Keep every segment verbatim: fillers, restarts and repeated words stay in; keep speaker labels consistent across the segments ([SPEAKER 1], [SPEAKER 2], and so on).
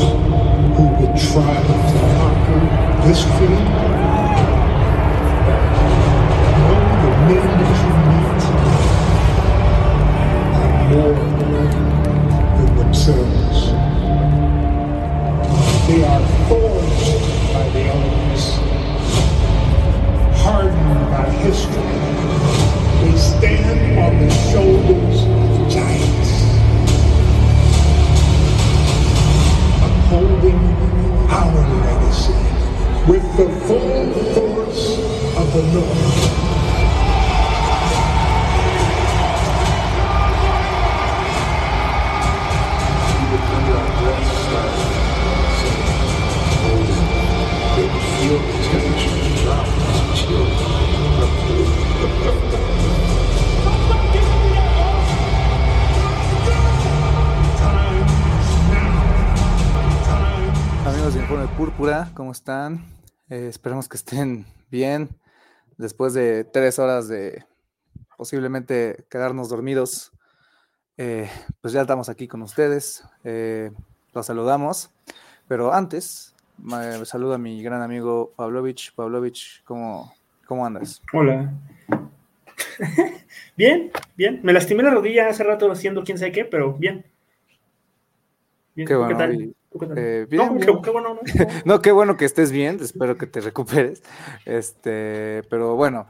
[SPEAKER 1] who would try to conquer this field. Know the men that you meet are more than themselves. They are forged by the elements, hardened by history. They stand on the shoulders of giants, upholding our legacy with the full force of the North. Feel the temperature drop as chill.
[SPEAKER 2] Amigos de Informe Púrpura, ¿cómo están? Eh, esperemos que estén bien después de tres horas de posiblemente quedarnos dormidos. Eh, pues ya estamos aquí con ustedes, eh, los saludamos, pero antes me saludo a mi gran amigo Pavlovich. Pavlovich, ¿cómo, cómo andas?
[SPEAKER 3] Hola. Bien, bien. Me lastimé la rodilla hace rato haciendo quién sabe qué, pero bien. Bien.
[SPEAKER 2] Qué
[SPEAKER 3] ¿Tú
[SPEAKER 2] bueno.
[SPEAKER 3] qué tal?
[SPEAKER 2] Y,
[SPEAKER 3] ¿Tú qué tal?
[SPEAKER 2] eh, bien,
[SPEAKER 3] no,
[SPEAKER 2] bien.
[SPEAKER 3] Qué, qué bueno, ¿no?
[SPEAKER 2] No, qué bueno que estés bien, espero que te recuperes. Este, pero bueno,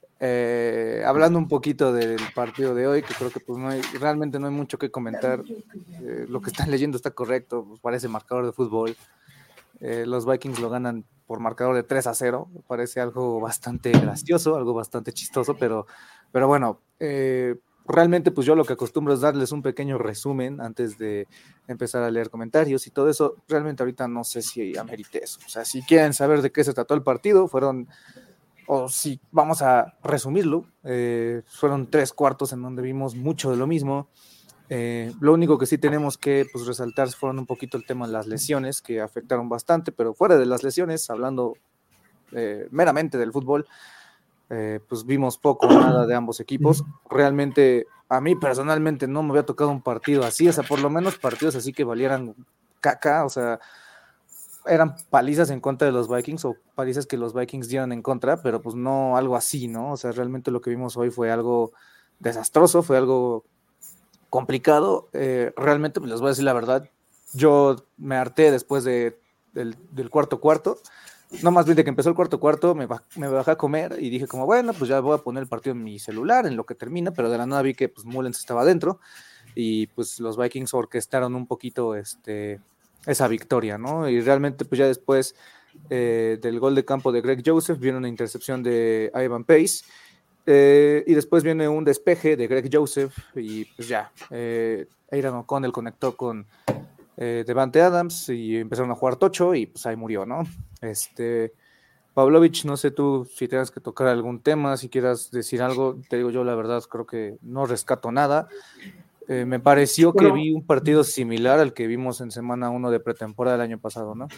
[SPEAKER 2] eh, hablando un poquito del partido de hoy, que creo que pues no hay, realmente no hay mucho que comentar. Eh, lo que están leyendo está correcto, pues parece marcador de fútbol. Eh, los Vikings lo ganan por marcador de tres a cero, parece algo bastante gracioso, algo bastante chistoso, pero, pero bueno, eh, realmente pues yo lo que acostumbro es darles un pequeño resumen antes de empezar a leer comentarios y todo eso. Realmente ahorita no sé si amerite eso, o sea, si quieren saber de qué se trató el partido, fueron, o si vamos a resumirlo, eh, fueron tres cuartos en donde vimos mucho de lo mismo. Eh, lo único que sí tenemos que pues, resaltar fueron un poquito el tema de las lesiones, que afectaron bastante, pero fuera de las lesiones, hablando eh, meramente del fútbol, eh, pues vimos poco o nada de ambos equipos. Realmente, a mí personalmente no me había tocado un partido así, o sea, por lo menos partidos así que valieran caca, o sea, eran palizas en contra de los Vikings o palizas que los Vikings dieron en contra, pero pues no algo así, ¿no? O sea, realmente lo que vimos hoy fue algo desastroso, fue algo complicado. Eh, realmente, pues les voy a decir la verdad, yo me harté después de, del, del cuarto cuarto, no más bien de que empezó el cuarto cuarto, me, baj, me bajé a comer y dije como, bueno, pues ya voy a poner el partido en mi celular, en lo que termina, pero de la nada vi que pues Mullens estaba adentro y pues los Vikings orquestaron un poquito este, esa victoria, ¿no? Y realmente pues ya después eh, del gol de campo de Greg Joseph viene una intercepción de Ivan Pace. Eh, y después viene un despeje de Greg Joseph y pues ya, eh, Aidan O'Connell conectó con eh, Devante Adams y empezaron a jugar tocho y pues ahí murió, ¿no? Este, Pavlovich, no sé tú si tengas que tocar algún tema, si quieras decir algo, te digo yo la verdad, creo que no rescato nada. Eh, me pareció bueno, que vi un partido similar al que vimos en semana uno de pretemporada del año pasado, ¿no?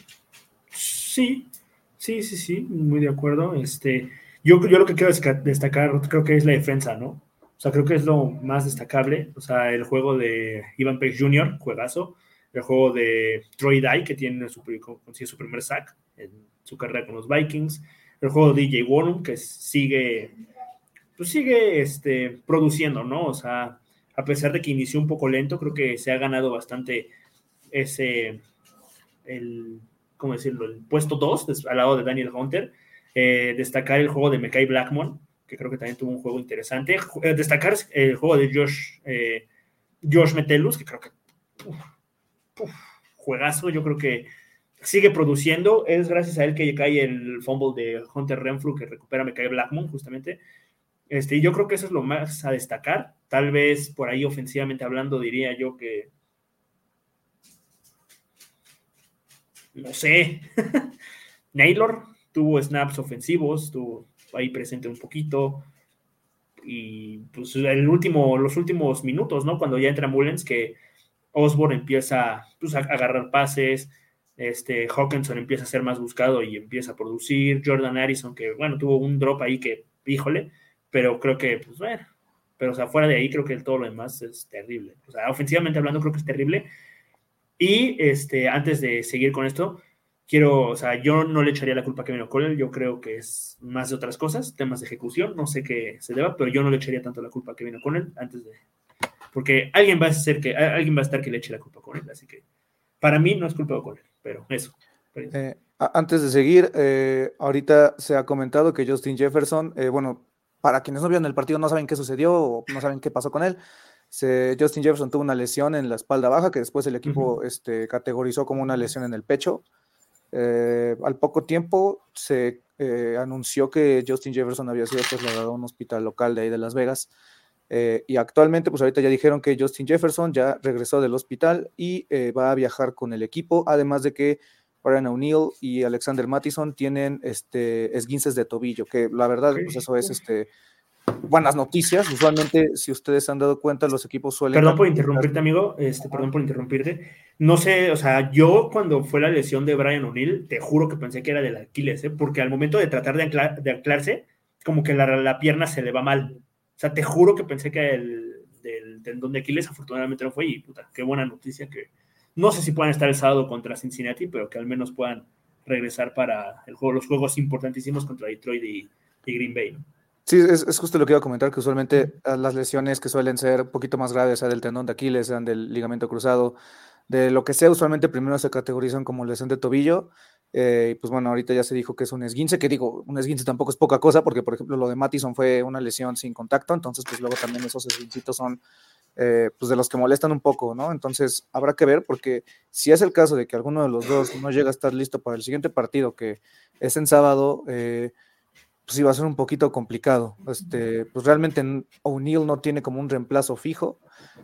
[SPEAKER 3] Sí, sí, sí, sí, muy de acuerdo. Este, yo, yo lo que quiero destacar creo que es la defensa, ¿no? O sea, creo que es lo más destacable. O sea, el juego de Ivan Pace junior, juegazo. El juego de Troy Dye, que tiene su, consigue su primer sack en su carrera con los Vikings. El juego de D J Wonnum, que sigue, pues sigue este, produciendo, ¿no? O sea, a pesar de que inició un poco lento, creo que se ha ganado bastante ese, el, ¿cómo decirlo? El puesto dos, al lado de Daniel Hunter. Eh, destacar el juego de Mekhi Blackmon, que creo que también tuvo un juego interesante. Eh, destacar el juego de Josh, eh, Josh Metellus, que creo que uf, uf, juegazo. Yo creo que sigue produciendo. Es gracias a él que cae el fumble de Hunter Renfrew, que recupera Mekhi Blackmon, justamente. Este, y yo creo que eso es lo más a destacar. Tal vez por ahí ofensivamente hablando diría yo que no sé, Naylor tuvo snaps ofensivos, estuvo ahí presente un poquito, y pues el último, los últimos minutos, ¿no? Cuando ya entra Mullens, que Osborne empieza pues, a agarrar pases, este, Hawkinson empieza a ser más buscado y empieza a producir, Jordan Addison, que bueno, tuvo un drop ahí que, híjole, pero creo que, pues bueno, pero o sea, fuera de ahí creo que todo lo demás es terrible. O sea, ofensivamente hablando creo que es terrible. Y este, antes de seguir con esto, quiero, o sea, yo no le echaría la culpa a Kevin O'Connell, yo creo que es más de otras cosas, temas de ejecución, no sé qué se deba, pero yo no le echaría tanto la culpa a Kevin O'Connell antes de, porque alguien va a ser que, alguien va a estar que le eche la culpa a O'Connell, así que para mí no es culpa de O'Connell, pero eso. Pero eso.
[SPEAKER 2] Eh, antes de seguir, eh, ahorita se ha comentado que Justin Jefferson, eh, bueno, para quienes no vieron el partido no saben qué sucedió o no saben qué pasó con él. Se, Justin Jefferson tuvo una lesión en la espalda baja que después el equipo uh-huh. este, categorizó como una lesión en el pecho. Eh, al poco tiempo se eh, anunció que Justin Jefferson había sido trasladado a un hospital local de ahí de Las Vegas. Eh, y actualmente, pues ahorita ya dijeron que Justin Jefferson ya regresó del hospital y eh, va a viajar con el equipo, además de que Brian O'Neill y Alexander Mattison tienen este, esguinces de tobillo, que la verdad, pues eso es este, buenas noticias. Usualmente, si ustedes se han dado cuenta, los equipos suelen...
[SPEAKER 3] Perdón por interrumpirte, amigo, este, perdón por interrumpirte. No sé, o sea, yo cuando fue la lesión de Brian O'Neill, te juro que pensé que era del Aquiles, ¿eh? Porque al momento de tratar de, anclar, de anclarse, como que la, la pierna se le va mal. O sea, te juro que pensé que el del tendón de Aquiles, afortunadamente no fue, y puta, qué buena noticia que... No sé si puedan estar el sábado contra Cincinnati, pero que al menos puedan regresar para el juego, los juegos importantísimos contra Detroit y, y Green Bay, ¿no?
[SPEAKER 2] Sí, es, es justo lo que iba a comentar, que usualmente uh-huh. las lesiones que suelen ser un poquito más graves, sea del tendón de Aquiles, sean del ligamento cruzado, de lo que sea, usualmente primero se categorizan como lesión de tobillo, eh, y pues bueno, ahorita ya se dijo que es un esguince, que digo, un esguince tampoco es poca cosa, porque por ejemplo lo de Mattison fue una lesión sin contacto, entonces pues luego también esos esguincitos son eh, pues de los que molestan un poco, ¿no? Entonces habrá que ver, porque si es el caso de que alguno de los dos no llega a estar listo para el siguiente partido, que es en sábado, eh, pues iba a ser un poquito complicado. Este, pues realmente O'Neill no tiene como un reemplazo fijo.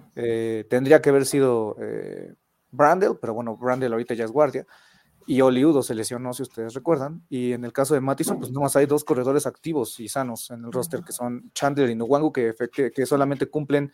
[SPEAKER 2] Eh, tendría que haber sido eh, Brandel, pero bueno, Brandel ahorita ya es guardia. Y Oli Udoh se lesionó, si ustedes recuerdan. Y en el caso de Mattison, pues nomás hay dos corredores activos y sanos en el roster, que son Chandler y Nwangwu, que, que, que solamente cumplen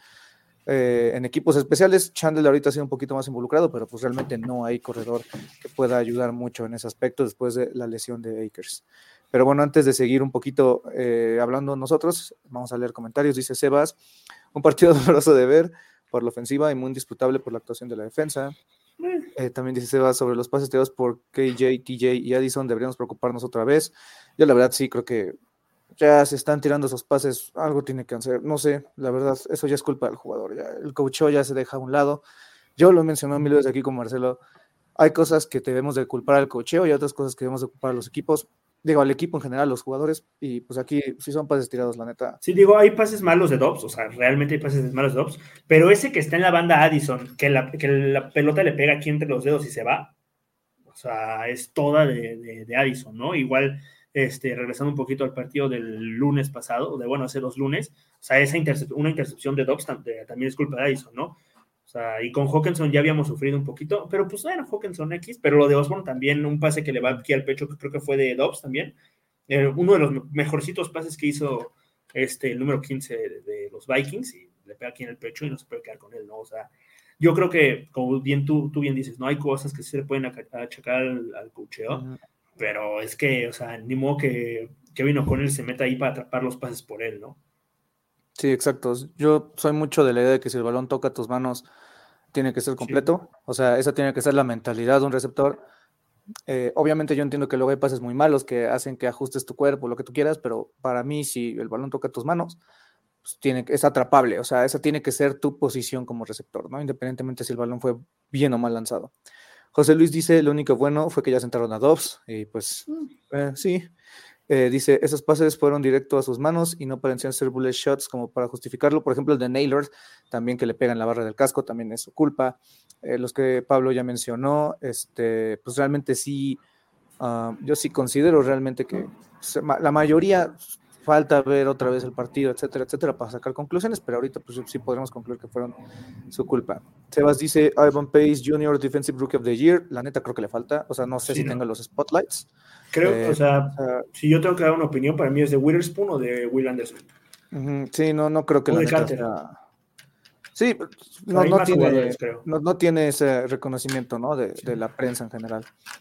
[SPEAKER 2] eh, en equipos especiales. Chandler ahorita ha sido un poquito más involucrado, pero pues realmente no hay corredor que pueda ayudar mucho en ese aspecto después de la lesión de Akers. Pero bueno, antes de seguir un poquito eh, hablando nosotros, vamos a leer comentarios. Dice Sebas, un partido doloroso de ver por la ofensiva y muy indisputable por la actuación de la defensa. Eh, también dice Sebas sobre los pases tirados por K J, T J y Addison, deberíamos preocuparnos otra vez. Yo la verdad sí creo que ya se están tirando esos pases, algo tiene que hacer, no sé, la verdad, eso ya es culpa del jugador, ya, el coacheo ya se deja a un lado. Yo lo he mencionado mil veces aquí con Marcelo, hay cosas que debemos de culpar al coacheo y otras cosas que debemos de culpar a los equipos. Digo, al equipo en general, los jugadores, y pues aquí sí son pases tirados, la neta.
[SPEAKER 3] Sí, digo, hay pases malos de Dobbs, o sea, realmente hay pases malos de Dobbs, pero ese que está en la banda Addison, que la, que la pelota le pega aquí entre los dedos y se va, o sea, es toda de, de, de Addison, ¿no? Igual, este, regresando un poquito al partido del lunes pasado, de bueno, hace dos lunes, o sea, esa intercep- una intercepción de Dobbs también, también es culpa de Addison, ¿no? O sea, y con Hawkinson ya habíamos sufrido un poquito, pero pues bueno, Hawkinson X, pero lo de Osborne también, un pase que le va aquí al pecho, que creo que fue de Dobbs también, eh, uno de los mejorcitos pases que hizo este, el número quince de, de los Vikings, y le pega aquí en el pecho y no se puede quedar con él, ¿no? O sea, yo creo que, como bien tú, tú bien dices, no hay cosas que se le pueden achacar al, al coacheo, uh-huh. Pero es que, o sea, ni modo que Kevin O'Connell se meta ahí para atrapar los pases por él, ¿no?
[SPEAKER 2] Sí, exacto. Yo soy mucho de la idea de que si el balón toca tus manos, tiene que ser completo. Sí. O sea, esa tiene que ser la mentalidad de un receptor. Eh, obviamente yo entiendo que luego hay pases muy malos que hacen que ajustes tu cuerpo, lo que tú quieras, pero para mí si el balón toca tus manos, pues tiene, es atrapable. O sea, esa tiene que ser tu posición como receptor, ¿no? Independientemente si el balón fue bien o mal lanzado. José Luis dice, lo único bueno fue que ya sentaron a Dobbs, y pues eh, sí. Eh, dice, esos pases fueron directo a sus manos y no parecían ser bullet shots como para justificarlo. Por ejemplo, el de Naylor, también que le pegan la barra del casco, también es su culpa. Eh, los que Pablo ya mencionó, este, pues realmente sí, uh, yo sí considero realmente que se, la mayoría falta ver otra vez el partido, etcétera, etcétera, para sacar conclusiones, pero ahorita pues sí podremos concluir que fueron su culpa. Sebas dice, Ivan Pace junior Defensive Rookie of the Year, la neta creo que le falta, o sea, no sé sí, si no. tenga los spotlights.
[SPEAKER 3] Creo, eh, o, sea, o sea, si yo tengo que dar una opinión, para mí es de Witherspoon o de Will Anderson.
[SPEAKER 2] Uh-huh, sí, no, no creo que
[SPEAKER 3] o
[SPEAKER 2] la
[SPEAKER 3] de
[SPEAKER 2] neta
[SPEAKER 3] Carter.
[SPEAKER 2] sea... Sí, no, no, tiene, no, no tiene ese reconocimiento, ¿no? De, sí. de la prensa en general.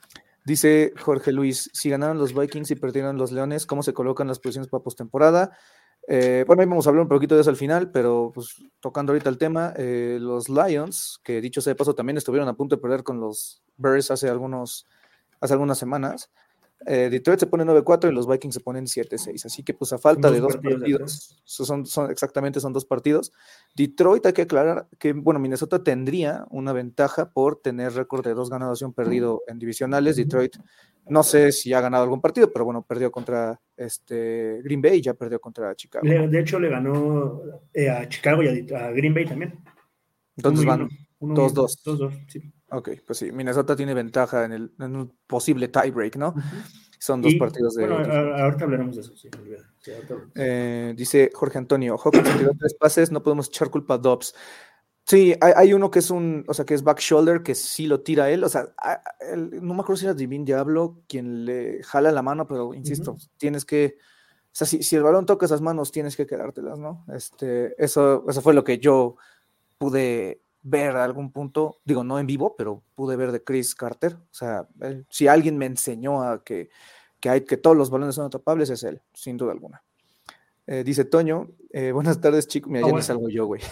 [SPEAKER 2] Dice Jorge Luis, si ganaron los Vikings y perdieron los Leones, ¿cómo se colocan las posiciones para postemporada? Eh, bueno, ahí vamos a hablar un poquito de eso al final, pero pues tocando ahorita el tema, eh, los Lions, que dicho sea de paso, también estuvieron a punto de perder con los Bears hace, algunos, hace algunas semanas. Eh, Detroit se pone nueve cuatro y los Vikings se ponen siete seis, así que pues a falta
[SPEAKER 3] dos
[SPEAKER 2] de dos
[SPEAKER 3] partidos,
[SPEAKER 2] partidos, son, son, exactamente son dos partidos. Detroit, hay que aclarar que, bueno, Minnesota tendría una ventaja por tener récord de dos ganados y un perdido en divisionales. Detroit, no sé si ha ganado algún partido, pero bueno, perdió contra este Green Bay y ya perdió contra Chicago.
[SPEAKER 3] Le, de hecho, le ganó eh, a Chicago y a, a Green Bay también.
[SPEAKER 2] Entonces
[SPEAKER 3] uno
[SPEAKER 2] van dos dos.
[SPEAKER 3] dos, dos, sí.
[SPEAKER 2] Ok, pues sí, Minnesota tiene ventaja en, el, en un posible tiebreak, ¿no?
[SPEAKER 3] Uh-huh.
[SPEAKER 2] Son dos
[SPEAKER 3] y,
[SPEAKER 2] partidos de...
[SPEAKER 3] Bueno, a, ahorita hablaremos de eso, sí, sí
[SPEAKER 2] eh, dice Jorge Antonio, Hawkins tiró tres pases, no podemos echar culpa a Dobbs. Sí, hay, hay uno que es un, o sea, que es back shoulder, que sí lo tira él, o sea, a, el, no me acuerdo si era Divine Diablo quien le jala la mano, pero insisto, uh-huh. tienes que, o sea, si, si el balón toca esas manos, tienes que quedártelas, ¿no? Este, eso, eso fue lo que yo pude ver a algún punto, digo, no en vivo, pero pude ver de Chris Carter, o sea, él, si alguien me enseñó a que, que, hay, que todos los balones son atrapables, es él, sin duda alguna. Eh, dice Toño, eh, buenas tardes chicos, mira, oh, ya bueno. ni salgo yo, güey.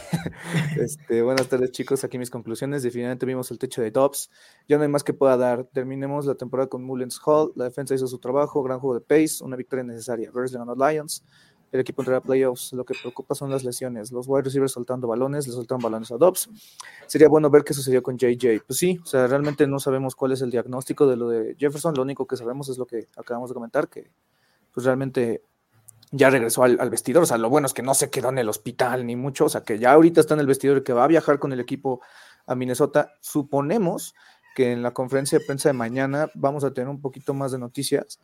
[SPEAKER 2] este, buenas tardes chicos, aquí mis conclusiones, definitivamente vimos el techo de Dobbs, ya no hay más que pueda dar, terminemos la temporada con Mullens Hall, la defensa hizo su trabajo, gran juego de pace, una victoria necesaria, Bears le ganó a Lions, el equipo entrará a playoffs, lo que preocupa son las lesiones, los wide receivers soltando balones, le soltaron balones a Dobbs, sería bueno ver qué sucedió con J J, pues sí, o sea, realmente no sabemos cuál es el diagnóstico de lo de Jefferson, lo único que sabemos es lo que acabamos de comentar, que pues realmente ya regresó al, al vestidor, o sea, lo bueno es que no se quedó en el hospital ni mucho, o sea, que ya ahorita está en el vestidor y que va a viajar con el equipo a Minnesota. Suponemos que en la conferencia de prensa de mañana vamos a tener un poquito más de noticias,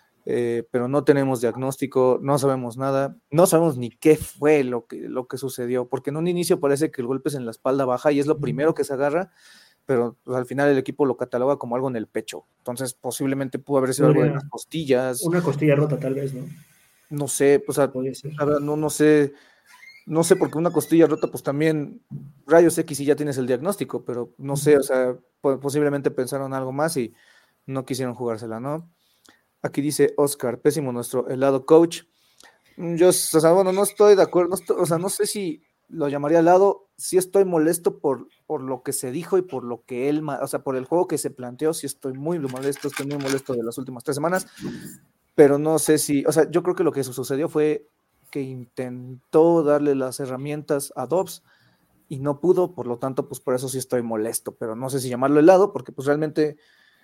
[SPEAKER 2] eh, pero no tenemos diagnóstico, no sabemos nada, no sabemos ni qué fue lo que, lo que sucedió, porque en un inicio parece que el golpe es en la espalda baja y es lo primero que se agarra, pero pues, al final el equipo lo cataloga como algo en el pecho, entonces posiblemente pudo haber sido Podría, algo de las costillas.
[SPEAKER 3] Una costilla rota tal vez, ¿no?
[SPEAKER 2] No sé, pues, a, a ver, no, no sé, no sé, porque una costilla rota, pues también rayos X y ya tienes el diagnóstico, pero no sé, o sea, posiblemente pensaron algo más y no quisieron jugársela, ¿no? Aquí dice Oscar, pésimo nuestro helado coach. Yo, o sea, bueno, no estoy de acuerdo, no estoy, o sea, no sé si lo llamaría helado, sí estoy molesto por, por lo que se dijo y por lo que él, o sea, por el juego que se planteó, sí estoy muy molesto, estoy muy molesto de las últimas tres semanas. Pero no sé si, o sea, yo creo que lo que sucedió fue que intentó darle las herramientas a Dobbs y no pudo, por lo tanto, pues por eso sí estoy molesto, pero no sé si llamarlo helado, porque pues realmente,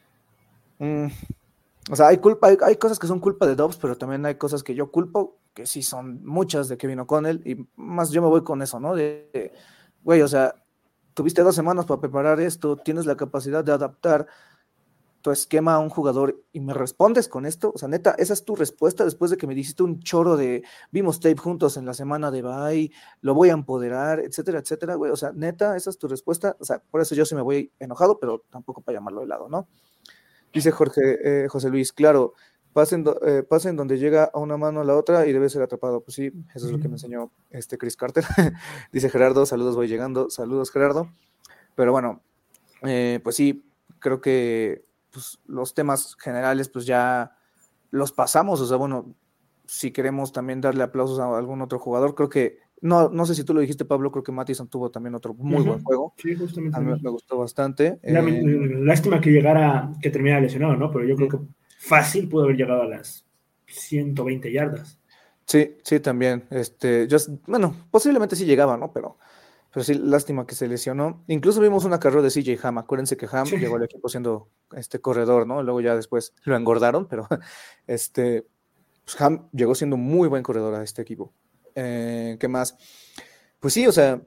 [SPEAKER 2] mmm, o sea, hay culpa, hay, hay cosas que son culpa de Dobbs, pero también hay cosas que yo culpo, que sí son muchas de Kevin O'Connell, y más yo me voy con eso, ¿no? De, güey, o sea, tuviste dos semanas para preparar esto, tienes la capacidad de adaptar tu esquema a un jugador y me respondes con esto, o sea, neta, esa es tu respuesta después de que me dijiste un choro de vimos tape juntos en la semana de bye, lo voy a empoderar, etcétera, etcétera, güey, o sea, neta, esa es tu respuesta, o sea, por eso yo sí me voy enojado, pero tampoco para llamarlo helado, ¿no? Dice Jorge, eh, José Luis, claro, pasen, do, eh, pasen donde llega a una mano a la otra y debe ser atrapado, pues sí, eso es lo que me enseñó este Chris Carter. Dice Gerardo, saludos, voy llegando, saludos Gerardo, pero bueno, eh, pues sí, creo que pues, los temas generales pues ya los pasamos, o sea, bueno, si queremos también darle aplausos a algún otro jugador, creo que, no, no sé si tú lo dijiste, Pablo, creo que Mattison tuvo también otro muy uh-huh. buen juego,
[SPEAKER 3] sí, justamente
[SPEAKER 2] a mí me gustó bastante.
[SPEAKER 3] La, eh, lástima que llegara, que terminara lesionado, ¿no? Pero yo creo que fácil pudo haber llegado a las ciento veinte yardas.
[SPEAKER 2] Sí, sí, también, este, yo, bueno, posiblemente sí llegaba, ¿no? Pero Pero sí, lástima que se lesionó. Incluso vimos una carrera de C J Ham. Acuérdense que Ham sí. llegó al equipo siendo este corredor, ¿no? Luego ya después lo engordaron, pero este, pues Ham llegó siendo muy buen corredor a este equipo. Eh, ¿Qué más? Pues sí, o sea,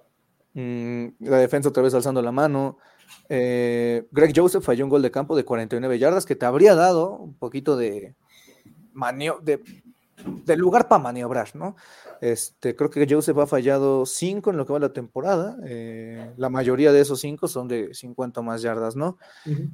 [SPEAKER 2] mmm, la defensa otra vez alzando la mano. Eh, Greg Joseph falló un gol de campo de cuarenta y nueve yardas que te habría dado un poquito de manio de del lugar para maniobrar, ¿no? Este, creo que Joseph ha fallado cinco en lo que va la temporada, eh, la mayoría de esos cinco son de cincuenta más yardas, ¿no? Uh-huh.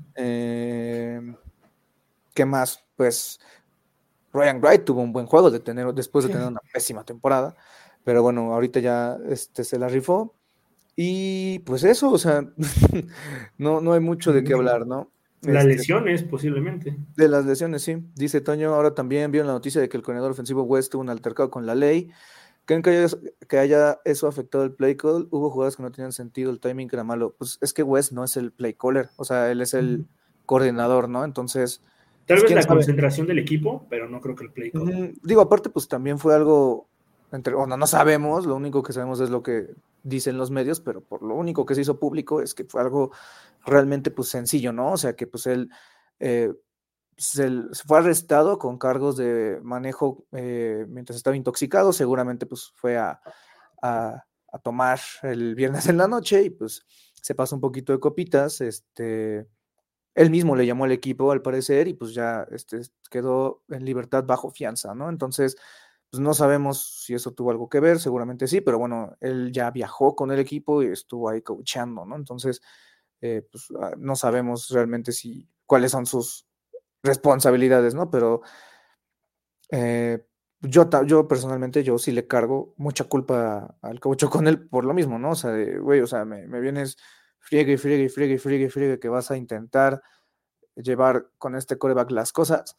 [SPEAKER 2] Eh, ¿qué más? Pues Ryan Wright tuvo un buen juego de tener, después de tener una pésima temporada, pero bueno, ahorita ya este, se la rifó, y pues eso, o sea, no, no hay mucho de qué hablar, ¿no?
[SPEAKER 3] Las
[SPEAKER 2] Este,
[SPEAKER 3] lesiones, posiblemente.
[SPEAKER 2] de las lesiones, sí. Dice Toño, ahora también vio la noticia de que el coordinador ofensivo West tuvo un altercado con la ley. ¿Creen que haya, que haya eso afectado el play call? Hubo jugadas que no tenían sentido, el timing era malo. Pues es que West no es el play caller, o sea, él es el coordinador, ¿no? Entonces,
[SPEAKER 3] Tal
[SPEAKER 2] pues
[SPEAKER 3] vez
[SPEAKER 2] quién
[SPEAKER 3] la
[SPEAKER 2] sabe.
[SPEAKER 3] concentración del equipo, pero no creo que el play call.
[SPEAKER 2] Mm, digo, aparte, pues también fue algo, entre, o no, no sabemos, lo único que sabemos es lo que dicen los medios, pero por lo único que se hizo público es que fue algo realmente pues sencillo, ¿no? O sea, que pues él eh, se, se fue arrestado con cargos de manejo eh, mientras estaba intoxicado, seguramente pues fue a, a, a tomar el viernes en la noche y pues se pasó un poquito de copitas, este él mismo le llamó al equipo, al parecer, y pues ya este, quedó en libertad bajo fianza, ¿no? Entonces, pues no sabemos si eso tuvo algo que ver, seguramente sí, pero bueno, él ya viajó con el equipo y estuvo ahí coachando, ¿no? Entonces, eh, pues ah, no sabemos realmente si cuáles son sus responsabilidades, ¿no? Pero eh, yo, yo personalmente, yo sí le cargo mucha culpa al coach con él por lo mismo, ¿no? O sea, de, güey, o sea, me, me vienes friegue y friegue y friegue y friegue y friegue que vas a intentar llevar con este coreback las cosas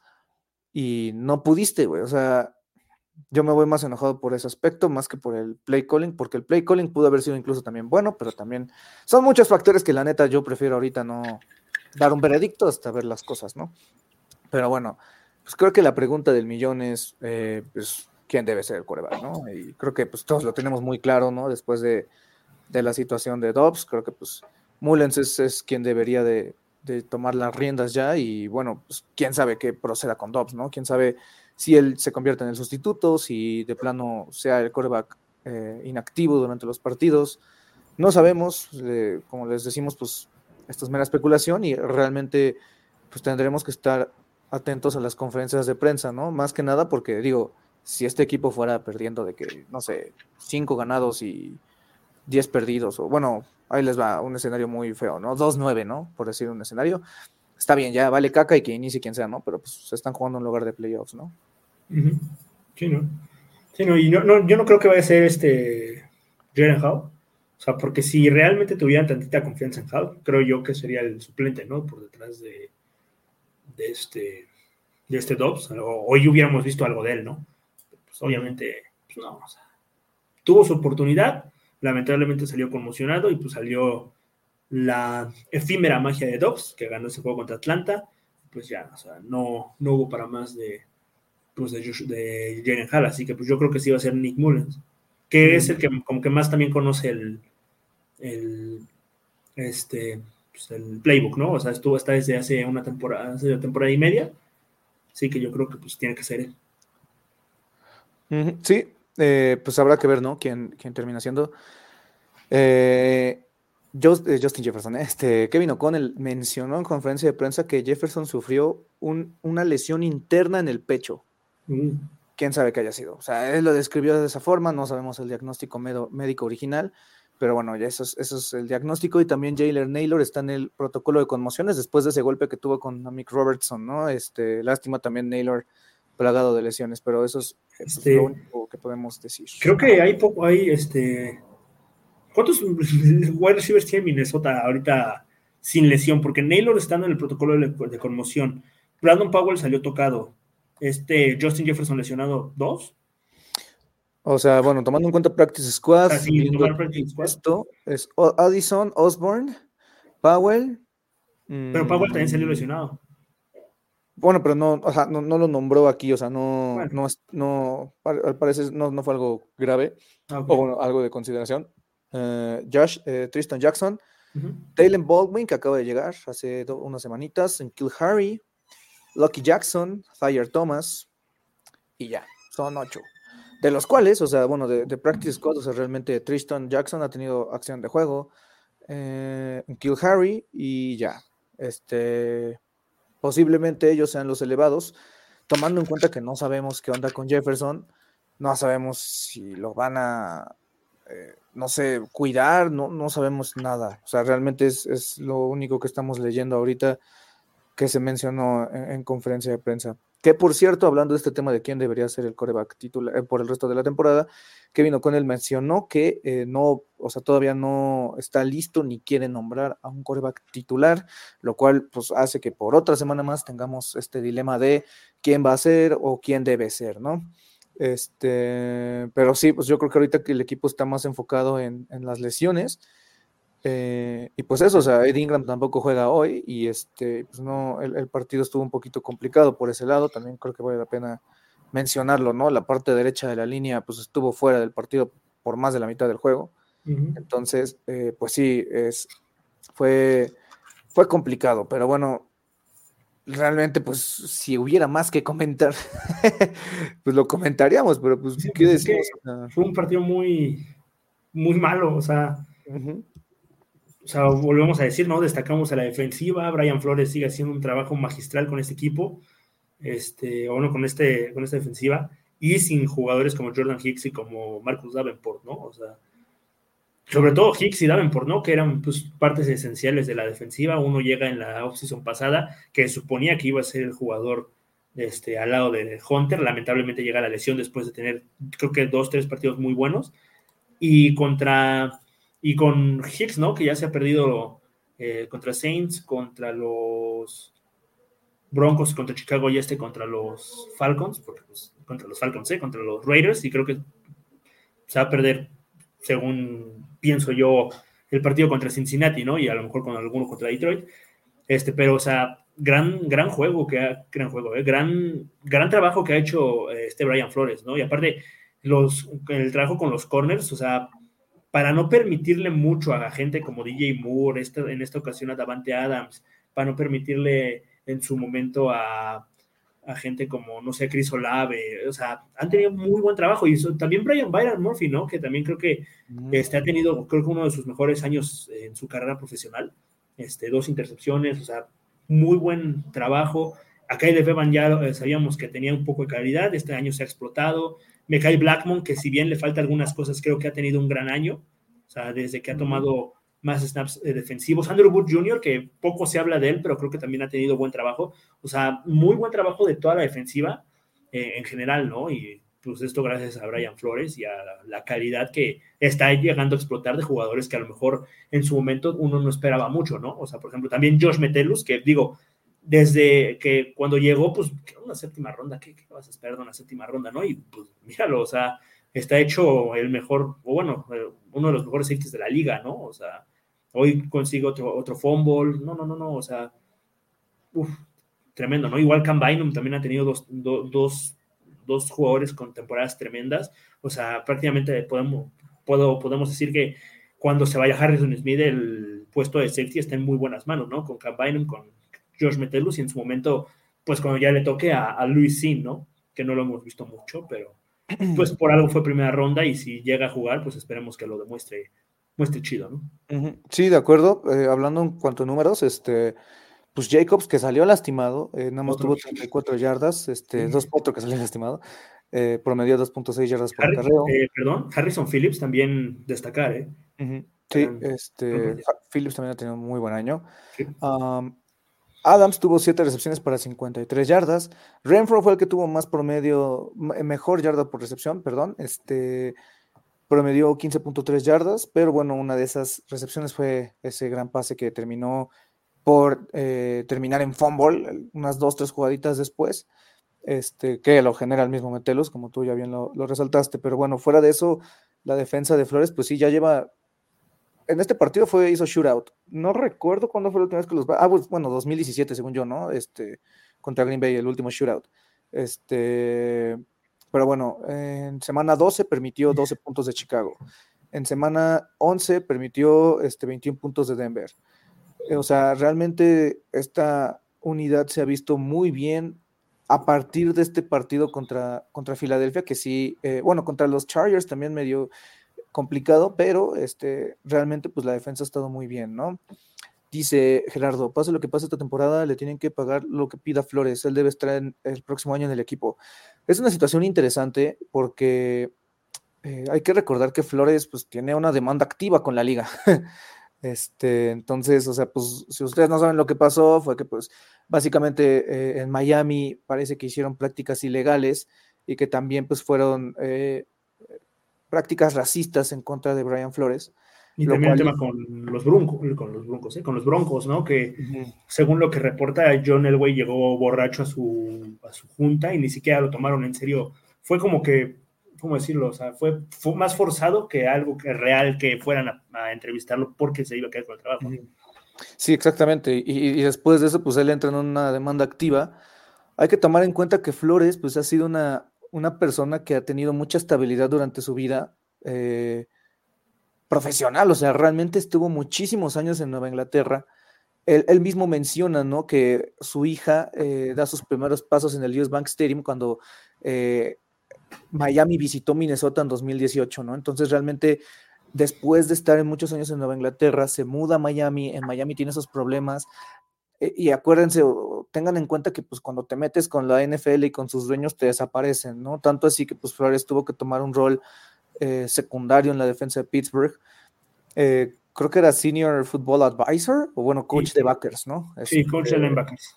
[SPEAKER 2] y no pudiste, güey. O sea, yo me voy más enojado por ese aspecto más que por el play calling, porque el play calling pudo haber sido incluso también bueno, pero también son muchos factores que la neta yo prefiero ahorita no dar un veredicto hasta ver las cosas, ¿no? Pero bueno, pues creo que la pregunta del millón es, eh, pues, ¿quién debe ser el coreback, no? Y creo que pues todos lo tenemos muy claro, ¿no? Después de, de la situación de Dobbs, creo que pues Mullens es, es quien debería de, de tomar las riendas ya y bueno, pues quién sabe qué proceda con Dobbs, ¿no? Quién sabe si él se convierte en el sustituto, si de plano sea el quarterback eh, inactivo durante los partidos. No sabemos, eh, como les decimos, pues esto es mera especulación y realmente pues tendremos que estar atentos a las conferencias de prensa, ¿no? Más que nada porque digo, si este equipo fuera perdiendo de que, no sé, cinco ganados y diez perdidos, o bueno, ahí les va un escenario muy feo, ¿no? dos nueve, ¿no? Por decir un escenario. Está bien, ya vale caca y que inicie quien sea, ¿no? Pero pues se están jugando en lugar de playoffs, ¿no?
[SPEAKER 3] Uh-huh. Sí, ¿no? Sí, no, y no, no, yo no creo que vaya a ser este Jalen Hall. O sea, porque si realmente tuvieran tantita confianza en Hall, creo yo que sería el suplente, ¿no? Por detrás de, de este de este Dobbs. O, hoy hubiéramos visto algo de él, ¿no? Pues obviamente, pues no, o sea, tuvo su oportunidad, lamentablemente salió conmocionado y pues salió la efímera magia de Dobbs, que ganó ese juego contra Atlanta. Pues ya, o sea, no, no hubo para más de pues de, de Jalen Hall, así que pues yo creo que sí va a ser Nick Mullens, que mm. es el que como que más también conoce el, el este pues el playbook, ¿no? O sea, estuvo hasta desde hace una temporada, hace una temporada y media, así que yo creo que pues tiene que ser él.
[SPEAKER 2] Uh-huh. Sí, eh, pues habrá que ver, ¿no? Quién, quién termina siendo. Eh, Just, eh, Justin Jefferson, este, Kevin O'Connell mencionó en conferencia de prensa que Jefferson sufrió un, una lesión interna en el pecho. Mm. Quién sabe qué haya sido. O sea, él lo describió de esa forma, no sabemos el diagnóstico medo, médico original, pero bueno, ya eso es, eso es el diagnóstico. Y también Jalen Naylor está en el protocolo de conmociones después de ese golpe que tuvo con Mick Robertson, ¿no? Este, lástima también Naylor plagado de lesiones, pero eso es pues, este, lo único que podemos decir.
[SPEAKER 3] Creo que hay poco, hay este. ¿Cuántos wide receivers tiene Minnesota ahorita sin lesión? Porque Naylor estando en el protocolo de, de conmoción. Brandon Powell salió tocado. Este Justin Jefferson lesionado, ¿dos?
[SPEAKER 2] O sea, bueno, tomando en cuenta Practice Squad, o sea,
[SPEAKER 3] sí, tomar Practice Squad.
[SPEAKER 2] Esto es Addison, Osborne, Powell.
[SPEAKER 3] Pero Powell mmm, también salió lesionado.
[SPEAKER 2] Bueno, pero no, o sea, no, no lo nombró aquí, o sea, no, bueno. no, no, al parecer no, no fue algo grave, okay. o bueno, algo de consideración. Uh, Josh, eh, Tristan Jackson, uh-huh. Taylor Baldwin, que acaba de llegar hace do, unas semanitas, en Kill Harry, Lucky Jackson, Thayer Thomas, y ya, son ocho. De los cuales, o sea, bueno, de, de Practice Squad, o sea, realmente Tristan Jackson ha tenido acción de juego, eh, en Kill Harry, y ya, este... posiblemente ellos sean los elevados, tomando en cuenta que no sabemos qué onda con Jefferson, no sabemos si lo van a, eh, no sé, cuidar, no, no sabemos nada. O sea, realmente es, es lo único que estamos leyendo ahorita que se mencionó en, en conferencia de prensa. Que por cierto, hablando de este tema de quién debería ser el quarterback titular eh, por el resto de la temporada, Kevin O'Connell mencionó que eh, no, o sea, todavía no está listo ni quiere nombrar a un quarterback titular, lo cual pues hace que por otra semana más tengamos este dilema de quién va a ser o quién debe ser, ¿no? Este, pero sí, pues yo creo que ahorita que el equipo está más enfocado en, en las lesiones. Eh, y pues eso, o sea, Ed Ingram tampoco juega hoy y este, pues no, el, el partido estuvo un poquito complicado por ese lado, también creo que vale la pena mencionarlo, ¿no? La parte derecha de la línea pues estuvo fuera del partido por más de la mitad del juego,
[SPEAKER 3] Uh-huh.
[SPEAKER 2] entonces, eh, pues sí, es, fue, fue complicado, pero bueno, realmente pues si hubiera más que comentar, pues lo comentaríamos, pero pues,
[SPEAKER 3] Sí,
[SPEAKER 2] ¿qué
[SPEAKER 3] pues es que
[SPEAKER 2] decimos? O sea,
[SPEAKER 3] fue un partido muy, muy malo, o sea,
[SPEAKER 2] uh-huh.
[SPEAKER 3] o sea, volvemos a decir, ¿no? Destacamos a la defensiva, Brian Flores sigue haciendo un trabajo magistral con este equipo, este, o bueno, con, este, con esta defensiva, y sin jugadores como Jordan Hicks y como Marcus Davenport, ¿no? O sea, sobre todo Hicks y Davenport, ¿no? Que eran pues, partes esenciales de la defensiva. Uno llega en la offseason pasada, que suponía que iba a ser el jugador este, al lado de Hunter, lamentablemente llega la lesión después de tener, creo que dos, tres partidos muy buenos, y contra, y con Hicks, ¿no? Que ya se ha perdido eh, contra Saints, contra los Broncos, contra Chicago y este contra los Falcons, porque, pues, contra los Falcons, ¿eh? Contra los Raiders, y creo que se va a perder, según pienso yo, el partido contra Cincinnati, ¿no? Y a lo mejor con alguno contra Detroit. Este, pero, o sea, gran, gran juego que ha, gran juego, ¿eh? gran, gran trabajo que ha hecho este Brian Flores, ¿no? Y aparte, los, el trabajo con los corners, o sea, para no permitirle mucho a gente como D J Moore, esta, en esta ocasión a Davante Adams, para no permitirle en su momento a, a gente como, no sé, Chris Olave, o sea, han tenido muy buen trabajo, y eso, también Brian Byron Murphy, ¿no? Que también creo que
[SPEAKER 2] Uh-huh.
[SPEAKER 3] este, ha tenido, creo que uno de sus mejores años en su carrera profesional, este, dos intercepciones, o sea, muy buen trabajo. Acá de Bevan ya eh, sabíamos que tenía un poco de calidad, este año se ha explotado. Mekhi Blackmon, que si bien le falta algunas cosas, creo que ha tenido un gran año, o sea, desde que ha tomado más snaps eh, defensivos. Andrew Booth junior, que poco se habla de él, pero creo que también ha tenido buen trabajo, o sea, muy buen trabajo de toda la defensiva eh, en general, ¿no? Y pues esto gracias a Brian Flores y a la, la calidad que está llegando a explotar de jugadores que a lo mejor en su momento uno no esperaba mucho, ¿no? O sea, por ejemplo, también Josh Metellus, que digo, desde que cuando llegó, pues, una séptima ronda, ¿qué, qué vas a esperar de una séptima ronda, no? Y pues, míralo, o sea, está hecho el mejor, o bueno, uno de los mejores safeties de la liga, ¿no? O sea, hoy consigue otro, otro fumble, no, no, no, no, o sea, uf, tremendo, ¿no? Igual Cam Bynum también ha tenido dos, do, dos, dos jugadores con temporadas tremendas, o sea, prácticamente podemos, puedo, podemos decir que cuando se vaya Harrison Smith, el puesto de safety está en muy buenas manos, ¿no? Con Cam Bynum, con Josh Metellus, y en su momento, pues cuando ya le toque a, a Louis Sin, ¿no? Que no lo hemos visto mucho, pero pues por algo fue primera ronda, y si llega a jugar, pues esperemos que lo demuestre, muestre chido, ¿no?
[SPEAKER 2] Uh-huh. Sí, de acuerdo. Eh, hablando en cuanto a números, este, pues Jacobs, que salió lastimado, eh, nada más
[SPEAKER 3] Otro.
[SPEAKER 2] tuvo treinta y cuatro yardas, este,
[SPEAKER 3] Sí.
[SPEAKER 2] dos cuatro que salió lastimado, eh, promedió dos punto seis yardas por
[SPEAKER 3] Harry,
[SPEAKER 2] acarreo.
[SPEAKER 3] eh, perdón, Harrison Phillips también destacar, ¿eh?
[SPEAKER 2] Uh-huh. Sí,
[SPEAKER 3] Gran,
[SPEAKER 2] este, Phillips también ha tenido un muy buen año.
[SPEAKER 3] sí.
[SPEAKER 2] Um, Adams tuvo siete recepciones para cincuenta y tres yardas. Renfro fue el que tuvo más promedio, mejor yarda por recepción, perdón, este, promedió quince punto tres yardas, pero bueno, una de esas recepciones fue ese gran pase que terminó por eh, terminar en fumble, unas dos, tres jugaditas después, este, que lo genera el mismo Metellus, como tú ya bien lo, lo resaltaste, pero bueno, fuera de eso, la defensa de Flores, pues sí, ya lleva, en este partido fue, hizo shootout, no recuerdo cuándo fue la última vez que los, ah, pues, bueno, dos mil diecisiete según yo, ¿no? Este, contra Green Bay, el último shootout, este, pero bueno, en semana doce permitió doce puntos de Chicago, en semana once permitió este, veintiún puntos de Denver. O sea, realmente esta unidad se ha visto muy bien a partir de este partido contra, contra Filadelfia, que sí, eh, bueno, contra los Chargers también medio complicado, pero este, realmente pues la defensa ha estado muy bien, ¿no? Dice Gerardo, pase lo que pase esta temporada, le tienen que pagar lo que pida Flores, él debe estar en el próximo año en el equipo. Es una situación interesante porque eh, hay que recordar que Flores pues tiene una demanda activa con la liga. Este, entonces, o sea, pues si ustedes no saben lo que pasó, fue que pues básicamente eh, en Miami parece que hicieron prácticas ilegales y que también pues fueron eh, prácticas racistas en contra de Brian Flores,
[SPEAKER 3] Y
[SPEAKER 2] lo
[SPEAKER 3] también el
[SPEAKER 2] cual...
[SPEAKER 3] tema con los broncos, con los broncos, ¿eh? Con los broncos, ¿no? Que
[SPEAKER 2] Uh-huh.
[SPEAKER 3] según lo que reporta, John Elway llegó borracho a su, a su junta y ni siquiera lo tomaron en serio. Fue como que, ¿cómo decirlo? O sea, fue, fue más forzado que algo que real que fueran a, a entrevistarlo porque se iba a quedar con el trabajo.
[SPEAKER 2] Uh-huh. Sí, exactamente. Y, y después de eso, pues él entra en una demanda activa. Hay que tomar en cuenta que Flores, pues ha sido una, una persona que ha tenido mucha estabilidad durante su vida eh, profesional, o sea, realmente estuvo muchísimos años en Nueva Inglaterra. Él, él mismo menciona, ¿no?, que su hija eh, da sus primeros pasos en el U S Bank Stadium cuando eh, Miami visitó Minnesota en dos mil dieciocho, ¿no? Entonces realmente después de estar en muchos años en Nueva Inglaterra, se muda a Miami, en Miami tiene esos problemas, eh, y acuérdense, o, tengan en cuenta que pues cuando te metes con la N F L y con sus dueños te desaparecen, ¿no? Tanto así que pues Flores tuvo que tomar un rol eh, secundario en la defensa de Pittsburgh. Eh, creo que era Senior Football Advisor, o bueno, coach
[SPEAKER 3] Sí,
[SPEAKER 2] de backers, ¿no?
[SPEAKER 3] sí, coach de
[SPEAKER 2] Este,
[SPEAKER 3] linebackers.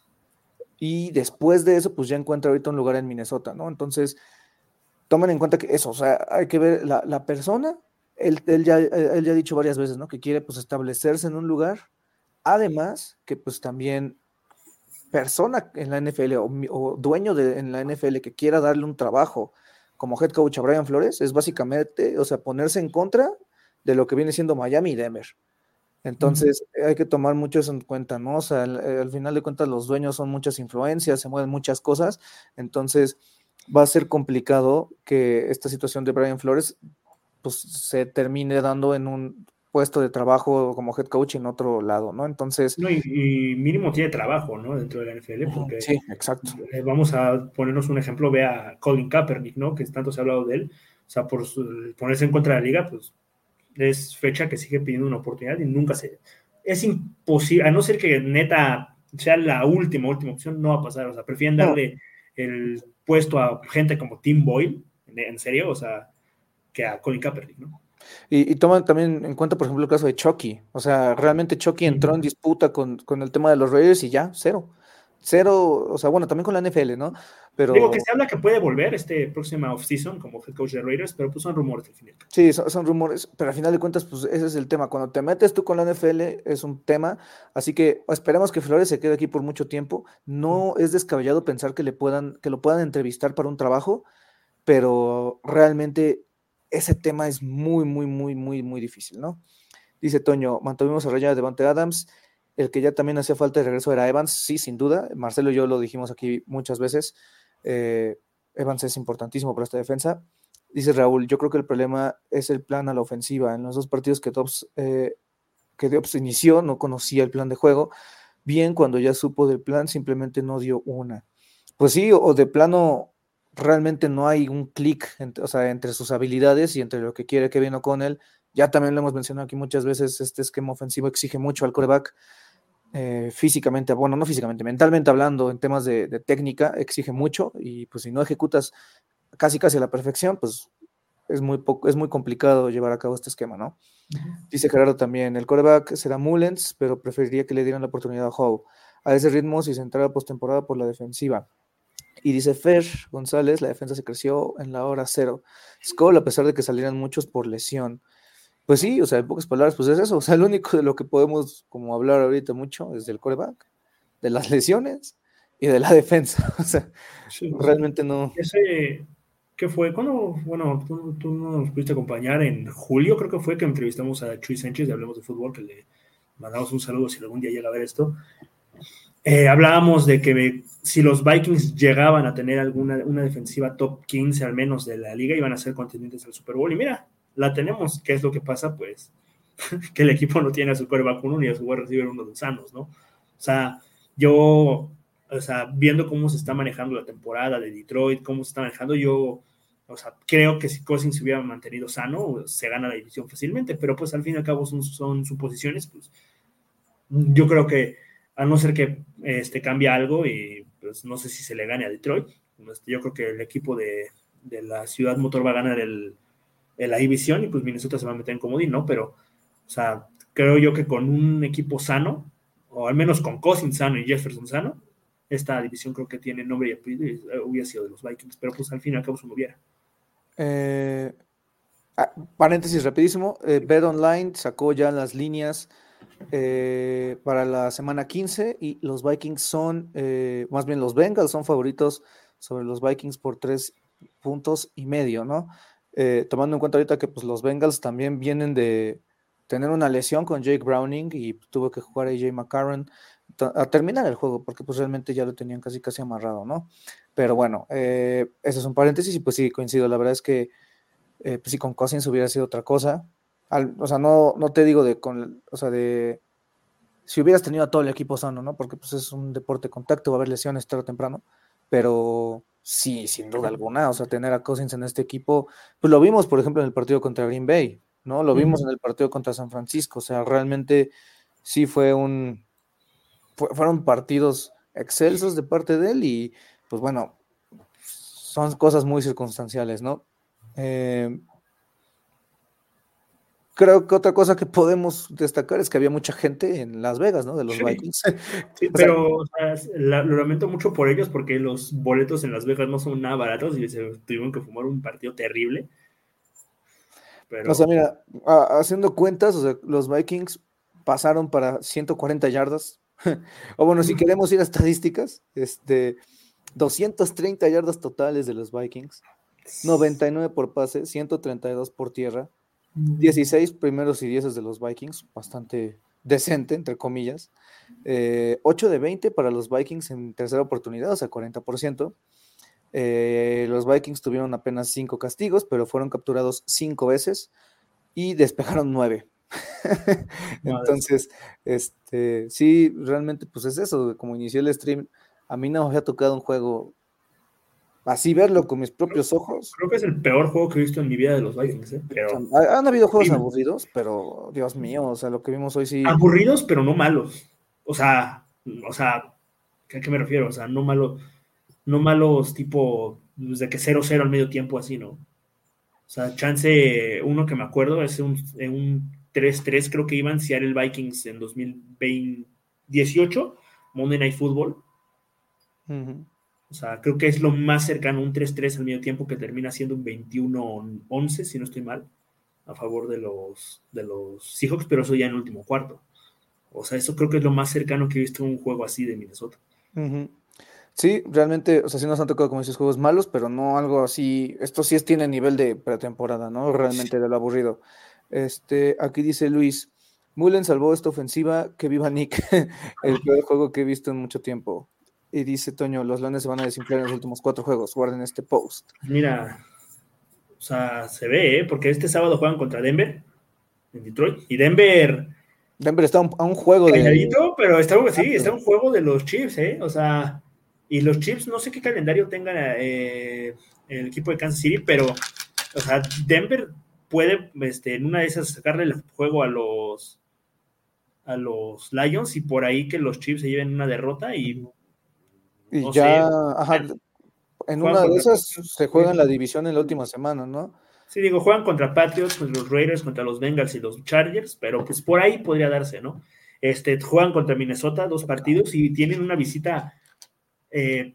[SPEAKER 2] y después de eso, pues ya encuentra ahorita un lugar en Minnesota, ¿no? Entonces, tomen en cuenta que eso, o sea, hay que ver la, la persona, él, él, ya, él ya ha dicho varias veces, ¿no?, que quiere pues establecerse en un lugar, además que pues también persona en la N F L o, o dueño de, en la N F L que quiera darle un trabajo como head coach a Brian Flores, es básicamente, o sea, ponerse en contra de lo que viene siendo Miami y Denver. Entonces, uh-huh. hay que tomar mucho eso en cuenta, ¿no? O sea, al, al final de cuentas los dueños son muchas influencias, se mueven muchas cosas, entonces va a ser complicado que esta situación de Brian Flores pues se termine dando en un puesto de trabajo como head coach en otro lado, ¿no? Entonces...
[SPEAKER 3] No, y, y mínimo tiene trabajo, ¿no? Dentro de la N F L, porque
[SPEAKER 2] sí, exacto.
[SPEAKER 3] Eh, vamos a ponernos un ejemplo, ve a Colin Kaepernick, ¿no? Que tanto se ha hablado de él, o sea, por su, ponerse en contra de la liga, pues es fecha que sigue pidiendo una oportunidad y nunca se... Es imposible, a no ser que neta sea la última, última opción, no va a pasar, o sea, prefieren darle no. el puesto a gente como Tim Boyle, en, en serio, o sea, que a Colin Kaepernick, ¿no?
[SPEAKER 2] Y, y toman también en cuenta, por ejemplo, el caso de Chucky. O sea, realmente Chucky entró en disputa con, con el tema de los Raiders y ya, cero. Cero, o sea, bueno, también con la N F L, ¿no? Pero...
[SPEAKER 3] Digo que se habla que puede volver este próxima offseason como head coach de Raiders, pero pues son rumores al final.
[SPEAKER 2] Sí, son, son rumores, pero al final de cuentas, pues ese es el tema. Cuando te metes tú con la N F L es un tema, así que esperemos que Flores se quede aquí por mucho tiempo. No es descabellado pensar que le puedan, que lo puedan entrevistar para un trabajo, pero realmente ese tema es muy, muy, muy, muy, muy difícil, ¿no? Dice Toño, mantuvimos a Raya de Davante Adams, el que ya también hacía falta de regreso era Evans, sí, sin duda, Marcelo y yo lo dijimos aquí muchas veces, eh, Evans es importantísimo para esta defensa. Dice Raúl, yo creo que el problema es el plan a la ofensiva, en los dos partidos que Dobbs, eh, que Dobbs inició, no conocía el plan de juego, bien, cuando ya supo del plan, simplemente no dio una. Pues sí, o de plano realmente no hay un clic, o sea, entre sus habilidades y entre lo que quiere Kevin O'Connell. Ya también lo hemos mencionado aquí muchas veces, este esquema ofensivo exige mucho al quarterback, eh, físicamente, bueno, no físicamente, mentalmente hablando, en temas de, de técnica, exige mucho, y pues si no ejecutas casi casi a la perfección, pues es muy, poco, es muy complicado llevar a cabo este esquema, ¿no? Uh-huh. Dice Gerardo también, el quarterback será Mullens, pero preferiría que le dieran la oportunidad a Hall. A ese ritmo, si se entrara postemporada por la defensiva. Y dice Fer González, la defensa se creció en la hora cero. Skull, a pesar de que salieran muchos por lesión. Pues sí, o sea, en pocas palabras, pues es eso. O sea, lo único de lo que podemos como hablar ahorita mucho es del quarterback, de las lesiones y de la defensa. O sea, sí, realmente no.
[SPEAKER 3] Ese, ¿qué fue? ¿Cuándo? Bueno, tú, tú nos pudiste acompañar en julio, creo que fue que entrevistamos a Chuy Sánchez de Hablemos de Fútbol, que le mandamos un saludo si algún día llega a ver esto. Eh, hablábamos de que si los Vikings llegaban a tener alguna una defensiva top quince al menos de la liga, iban a ser contendientes al Super Bowl. Y mira, la tenemos. ¿Qué es lo que pasa? Pues que el equipo no tiene a su quarterback uno ni a su wide receiver uno de sanos, ¿no? O sea, yo, o sea, viendo cómo se está manejando la temporada de Detroit, cómo se está manejando, yo, o sea, creo que si Cousins se hubiera mantenido sano, se gana la división fácilmente, pero pues al fin y al cabo son, son suposiciones, pues yo creo que a no ser que este, cambie algo y pues no sé si se le gane a Detroit, yo creo que el equipo de, de la Ciudad Motor va a ganar el, el, la división y pues Minnesota se va a meter en comodín, ¿no? Pero, o sea, creo yo que con un equipo sano, o al menos con Cousins sano y Jefferson sano, esta división creo que tiene nombre y apellido y hubiera sido de los Vikings, pero pues al fin y al cabo se moviera.
[SPEAKER 2] Eh, ah, paréntesis rapidísimo, eh, BetOnline sacó ya las líneas eh, para la semana quince y los Vikings son, eh, más bien los Bengals son favoritos sobre los Vikings por tres puntos y medio, ¿no? Eh, tomando en cuenta ahorita que pues, los Bengals también vienen de tener una lesión con Jake Browning y tuvo que jugar a A J McCarron a terminar el juego, porque pues realmente ya lo tenían casi casi amarrado, ¿no? Pero bueno, eh, ese es un paréntesis y pues sí, coincido, la verdad es que eh, pues si con Cousins hubiera sido otra cosa, al, o sea, no, no te digo de, con, o sea, de, si hubieras tenido a todo el equipo sano, ¿no? Porque pues es un deporte de contacto, va a haber lesiones tarde o temprano, pero sí, sin duda alguna, o sea, tener a Cousins en este equipo, pues lo vimos, por ejemplo, en el partido contra Green Bay, ¿no? Lo vimos uh-huh. en el partido contra San Francisco, o sea, realmente sí fue un, fue, fueron partidos excelsos de parte de él y, pues bueno, son cosas muy circunstanciales, ¿no? Eh, creo que otra cosa que podemos destacar es que había mucha gente en Las Vegas, ¿no? De los sí. Vikings.
[SPEAKER 3] Sí, pero o sea, la, lo lamento mucho por ellos porque los boletos en Las Vegas no son nada baratos y se tuvieron que fumar un partido terrible.
[SPEAKER 2] Pero... O sea, mira, a, haciendo cuentas, o sea, los Vikings pasaron para ciento cuarenta yardas. O bueno, si queremos ir a estadísticas, este, doscientas treinta yardas totales de los Vikings, noventa y nueve por pase, ciento treinta y dos por tierra, dieciséis primeros y dieces de los Vikings, bastante decente, entre comillas, eh, ocho de veinte para los Vikings en tercera oportunidad, o sea, cuarenta por ciento. Eh, los Vikings tuvieron apenas cinco castigos, pero fueron capturados cinco veces y despejaron nueve. Entonces, este, sí, realmente, pues es eso, como inicié el stream, a mí no me había tocado un juego así verlo con mis propios ojos.
[SPEAKER 3] Creo que es el peor juego que he visto en mi vida de los Vikings, ¿eh? Pero...
[SPEAKER 2] O sea, han habido juegos aburridos, pero Dios mío, o sea, lo que vimos hoy sí.
[SPEAKER 3] Aburridos, pero no malos. O sea, o sea, ¿a qué me refiero? O sea, no malos, no malos tipo desde que cero cero al medio tiempo, así, ¿no? O sea, chance, uno que me acuerdo es un, un tres tres, creo que iban Seattle Vikings en dos mil dieciocho, Monday Night Football.
[SPEAKER 2] Uh-huh.
[SPEAKER 3] O sea, creo que es lo más cercano a un tres tres al medio tiempo, que termina siendo un veintiuno once, si no estoy mal, a favor de los, de los Seahawks, pero eso ya en el último cuarto. O sea, eso creo que es lo más cercano que he visto a un juego así de Minnesota.
[SPEAKER 2] Uh-huh. Sí, realmente, o sea, sí nos han tocado como esos juegos malos, pero no algo así. Esto sí es, tiene nivel de pretemporada, ¿no? Realmente de lo aburrido. Este, aquí dice Luis, Mullen salvó esta ofensiva, que viva Nick, el peor juego que he visto en mucho tiempo. Y dice Toño, los Leones se van a desinflar en los últimos cuatro juegos, guarden este post.
[SPEAKER 3] Mira, o sea, se ve, ¿eh? Porque este sábado juegan contra Denver, en Detroit, y Denver...
[SPEAKER 2] Denver está un, a un juego
[SPEAKER 3] calladito,
[SPEAKER 2] de...
[SPEAKER 3] pero está, sí, está un juego de los Chiefs, ¿eh? O sea, y los Chiefs, no sé qué calendario tengan eh, el equipo de Kansas City, pero, o sea, Denver puede, este, en una de esas, sacarle el juego a los a los Lions y por ahí que los Chiefs se lleven una derrota y...
[SPEAKER 2] Y
[SPEAKER 3] no
[SPEAKER 2] ya,
[SPEAKER 3] sé,
[SPEAKER 2] ajá, en una de esas se juega en la división en la última semana, ¿no?
[SPEAKER 3] Sí, digo, juegan contra Patriots, contra los Raiders, contra los Bengals y los Chargers, pero pues por ahí podría darse, ¿no? Este, juegan contra Minnesota dos partidos y tienen una visita eh,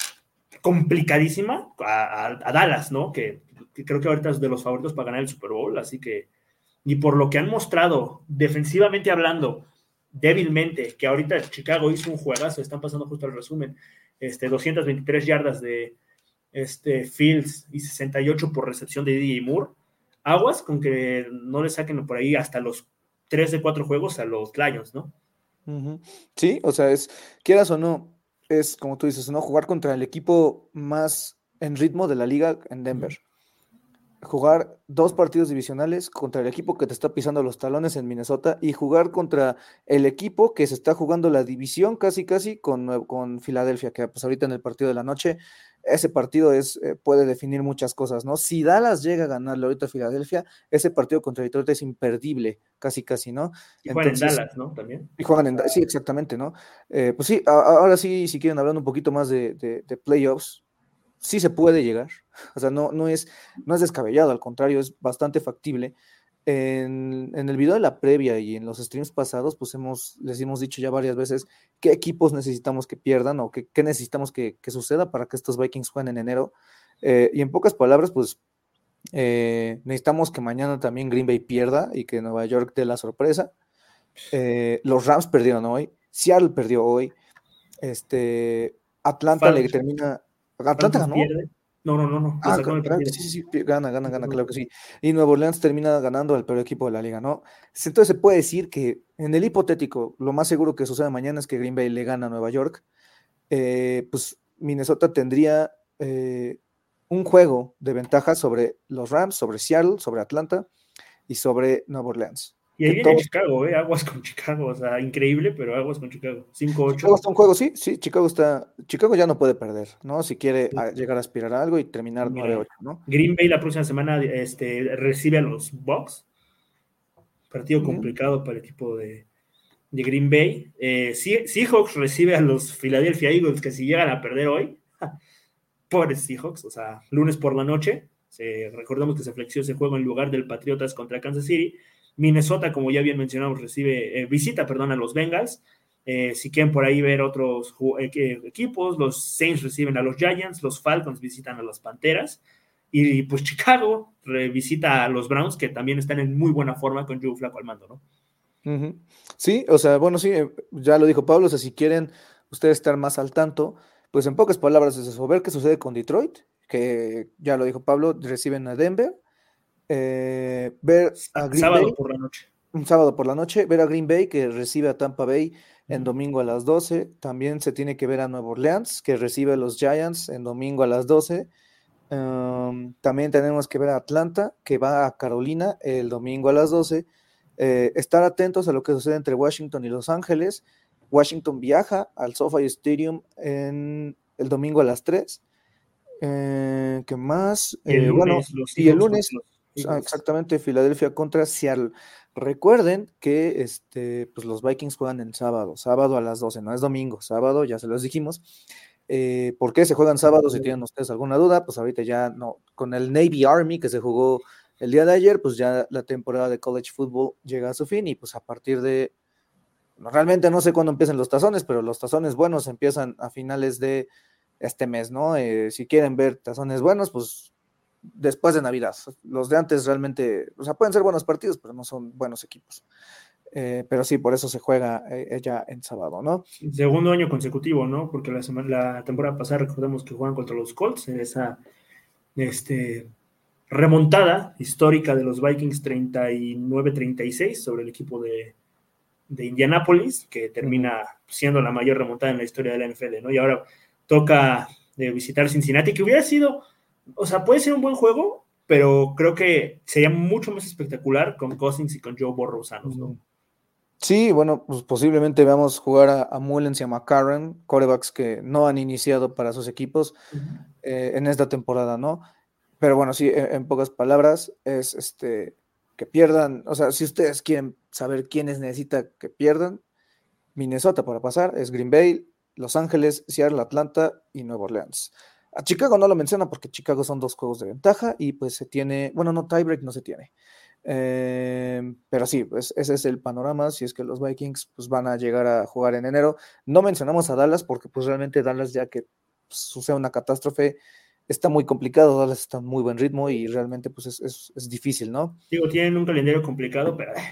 [SPEAKER 3] complicadísima a, a, a Dallas, ¿no? Que, que creo que ahorita es de los favoritos para ganar el Super Bowl, así que, y por lo que han mostrado, defensivamente hablando, débilmente, que ahorita Chicago hizo un juegazo, están pasando justo al resumen, este, doscientas veintitrés yardas de este Fields y sesenta y ocho por recepción de D J Moore. Aguas con que no le saquen por ahí hasta los tres de cuatro juegos a los Lions, ¿no?
[SPEAKER 2] Uh-huh. Sí, o sea, es, quieras o no, es como tú dices, ¿no? Jugar contra el equipo más en ritmo de la liga en Denver. Uh-huh. Jugar dos partidos divisionales contra el equipo que te está pisando los talones en Minnesota y jugar contra el equipo que se está jugando la división casi casi con, con Filadelfia, que pues ahorita en el partido de la noche ese partido es, eh, puede definir muchas cosas, ¿no? Si Dallas llega a ganarle ahorita a Filadelfia, ese partido contra Detroit es imperdible, casi casi, ¿no?
[SPEAKER 3] Y juegan Entonces, en Dallas, ¿no? También.
[SPEAKER 2] Y juegan en Dallas, sí, exactamente, ¿no? Eh, pues sí, a, ahora sí, si quieren hablar un poquito más de, de, de playoffs, sí se puede llegar, o sea, no, no, es, no es descabellado, al contrario, es bastante factible. En, en el video de la previa y en los streams pasados, pues hemos, les hemos dicho ya varias veces qué equipos necesitamos que pierdan o qué, qué necesitamos que, que suceda para que estos Vikings jueguen en enero. Eh, y en pocas palabras, pues eh, necesitamos que mañana también Green Bay pierda y que Nueva York dé la sorpresa. Eh, los Rams perdieron hoy, Seattle perdió hoy, este, Atlanta
[SPEAKER 3] Fal-
[SPEAKER 2] le termina, Atlanta
[SPEAKER 3] Falcons
[SPEAKER 2] ganó.
[SPEAKER 3] pierde. No, no, no, no.
[SPEAKER 2] Ah,
[SPEAKER 3] Lo sacó el
[SPEAKER 2] claro,
[SPEAKER 3] partido.
[SPEAKER 2] sí, sí, sí, pi- gana, gana, gana, claro que sí. Y Nueva Orleans termina ganando al peor equipo de la liga, ¿no? Entonces se puede decir que en el hipotético, lo más seguro que suceda mañana es que Green Bay le gana a Nueva York. Eh, pues Minnesota tendría eh, un juego de ventaja sobre los Rams, sobre Seattle, sobre Atlanta y sobre Nueva Orleans.
[SPEAKER 3] Y ahí
[SPEAKER 2] Que
[SPEAKER 3] viene
[SPEAKER 2] todos,
[SPEAKER 3] Chicago, ¿eh? Aguas con Chicago. O sea, increíble, pero aguas con Chicago.
[SPEAKER 2] Chicago
[SPEAKER 3] cinco ocho.
[SPEAKER 2] está un juego, sí, sí, Chicago está, Chicago ya no puede perder, ¿no? Si quiere a- llegar a aspirar a algo y terminar nueve
[SPEAKER 3] Mira,
[SPEAKER 2] ocho, ¿no?
[SPEAKER 3] Green Bay la próxima semana este, recibe a los Bucks. Partido
[SPEAKER 2] Ujú.
[SPEAKER 3] complicado para el equipo de, de Green Bay. Eh, Seahawks recibe a los Philadelphia Eagles, que si llegan a perder hoy, pobres Seahawks, o sea, lunes por la noche. Se, recordamos que se flexió ese juego en lugar del Patriotas contra Kansas City. Minnesota, como ya bien mencionamos, recibe, eh, visita, perdón, a los Bengals. Eh, si quieren por ahí ver otros eh, equipos, los Saints reciben a los Giants, los Falcons visitan a las Panteras. Y pues Chicago visita a los Browns, que también están en muy buena forma con Joe Flacco al mando, ¿no?
[SPEAKER 2] Uh-huh. Sí, o sea, bueno, sí, eh, ya lo dijo Pablo, o sea, si quieren ustedes estar más al tanto, pues en pocas palabras es eso, ver qué sucede con Detroit, que ya lo dijo Pablo, reciben a Denver, eh, ver a Green
[SPEAKER 3] Sábado
[SPEAKER 2] Bay,
[SPEAKER 3] por la noche.
[SPEAKER 2] un sábado por la noche, ver a Green Bay que recibe a Tampa Bay en domingo a las doce, también se tiene que ver a Nueva Orleans que recibe a los Giants en domingo a las doce. Um, también tenemos que ver a Atlanta, que va a Carolina el domingo a las doce. Eh, estar atentos a lo que sucede entre Washington y Los Ángeles. Washington viaja al SoFi Stadium en el domingo a las tres. Eh, ¿Qué más?
[SPEAKER 3] Y el
[SPEAKER 2] Eh, bueno,
[SPEAKER 3] lunes, los
[SPEAKER 2] y el
[SPEAKER 3] Seahawks contra
[SPEAKER 2] lunes,
[SPEAKER 3] los
[SPEAKER 2] ah,
[SPEAKER 3] Eagles.
[SPEAKER 2] exactamente, Filadelfia contra Seattle. Recuerden que este, pues los Vikings juegan el sábado, sábado a las doce, no es domingo, sábado, ya se los dijimos. Eh, ¿por qué se juegan sábados? Si tienen ustedes alguna duda, pues ahorita ya no, con el Navy Army que se jugó el día de ayer, pues ya la temporada de college football llega a su fin y pues a partir de, no, realmente no sé cuándo empiezan los tazones, pero los tazones buenos empiezan a finales de este mes, ¿no? Eh, si quieren ver tazones buenos, pues después de Navidad. Los de antes realmente, o sea, pueden ser buenos partidos, pero no son buenos equipos. Eh, pero sí, por eso se juega eh, ya en sábado, ¿no?
[SPEAKER 3] Segundo año consecutivo, ¿no? Porque la, semana, la temporada pasada recordemos que juegan contra los Colts en esa este, remontada histórica de los Vikings treinta y nueve treinta y seis sobre el equipo de, de Indianápolis, que termina siendo la mayor remontada en la historia de la N F L, ¿no? Y ahora toca eh, visitar Cincinnati, que hubiera sido, o sea, puede ser un buen juego, pero creo que sería mucho más espectacular con Cousins y con Joe Burrow sanos, ¿no?
[SPEAKER 2] Sí, bueno, pues posiblemente veamos jugar a, a Mullens y a McCarron, quarterbacks que no han iniciado para sus equipos
[SPEAKER 3] Uh-huh.
[SPEAKER 2] eh, en esta temporada, ¿no? Pero bueno, sí, en, en pocas palabras, es este que pierdan, o sea, si ustedes quieren saber quiénes necesita que pierdan, Minnesota para pasar, es Green Bay, Los Ángeles, Seattle, Atlanta y Nueva Orleans. A Chicago no lo menciona porque Chicago son dos juegos de ventaja y pues se tiene, bueno, no, tiebreak no se tiene. Eh, pero sí, pues ese es el panorama, si es que los Vikings pues van a llegar a jugar en enero. No mencionamos a Dallas porque pues realmente Dallas ya que pues, sucede una catástrofe, está muy complicado, Dallas está en muy buen ritmo y realmente pues es, es, es difícil, ¿no?
[SPEAKER 3] Digo, tienen un calendario complicado, pero... Eh,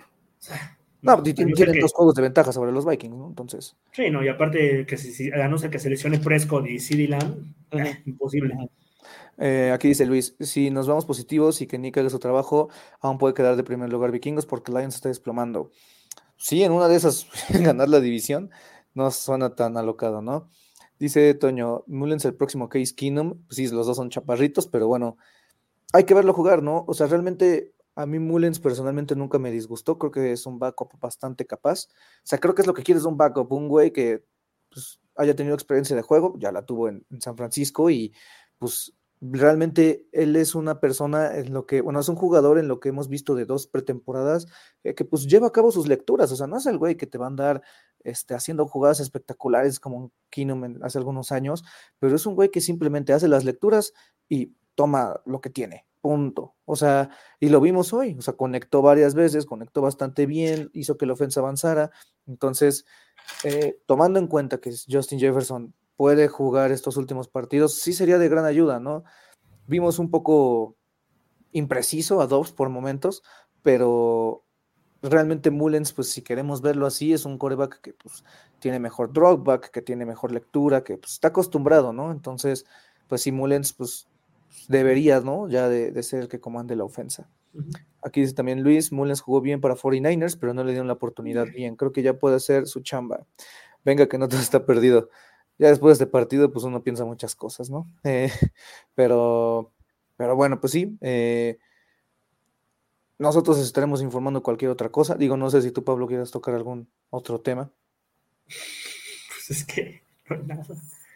[SPEAKER 2] No,
[SPEAKER 3] no,
[SPEAKER 2] tienen,
[SPEAKER 3] no sé
[SPEAKER 2] tienen
[SPEAKER 3] que,
[SPEAKER 2] dos juegos de ventaja sobre los Vikings, ¿no? Entonces...
[SPEAKER 3] sí, no, y aparte, que si, si, a no ser que se lesione Prescott y CeeDee Lamb,
[SPEAKER 2] Uh-huh.
[SPEAKER 3] eh, imposible.
[SPEAKER 2] Uh-huh. Eh, aquí dice Luis, si nos vamos positivos y que Nick haga su trabajo, aún puede quedar de primer lugar Vikingos porque Lions está desplomando. Sí, en una de esas ganar la división no suena tan alocado, ¿no? Dice Toño, Mullens el próximo Case Keenum, pues sí, los dos son chaparritos, pero bueno, hay que verlo jugar, ¿no? O sea, realmente a mí Mullens personalmente nunca me disgustó, creo que es un backup bastante capaz. O sea, creo que es lo que quieres de un backup, un güey que pues, haya tenido experiencia de juego, ya la tuvo en, en San Francisco y pues realmente él es una persona en lo que, bueno, es un jugador en lo que hemos visto de dos pretemporadas, eh, que pues lleva a cabo sus lecturas, o sea, no es el güey que te va a andar este, haciendo jugadas espectaculares como Keenum hace algunos años, pero es un güey que simplemente hace las lecturas y toma lo que tiene, punto. O sea, y lo vimos hoy, o sea, conectó varias veces, conectó bastante bien, hizo que la ofensa avanzara. Entonces, eh, tomando en cuenta que Justin Jefferson puede jugar estos últimos partidos, sí sería de gran ayuda, ¿no? Vimos un poco impreciso a Dobbs por momentos, pero realmente Mullens, pues si queremos verlo así, es un quarterback que pues tiene mejor dropback, que tiene mejor lectura, que pues, está acostumbrado, ¿no? Entonces, pues sí, Mullens, pues debería, ¿no? Ya de, de ser el que comande la ofensa. Uh-huh. Aquí dice también Luis, Mullens jugó bien para cuarenta y nueve ers, pero no le dieron la oportunidad uh-huh. bien. Creo que ya puede hacer su chamba. Venga, que no todo está perdido. Ya después de este partido, pues uno piensa muchas cosas, ¿no? Eh, pero, pero bueno, pues sí, eh, nosotros estaremos informando cualquier otra cosa. Digo, no sé si tú, Pablo, quieras tocar algún otro tema.
[SPEAKER 3] Pues es que no hay nada.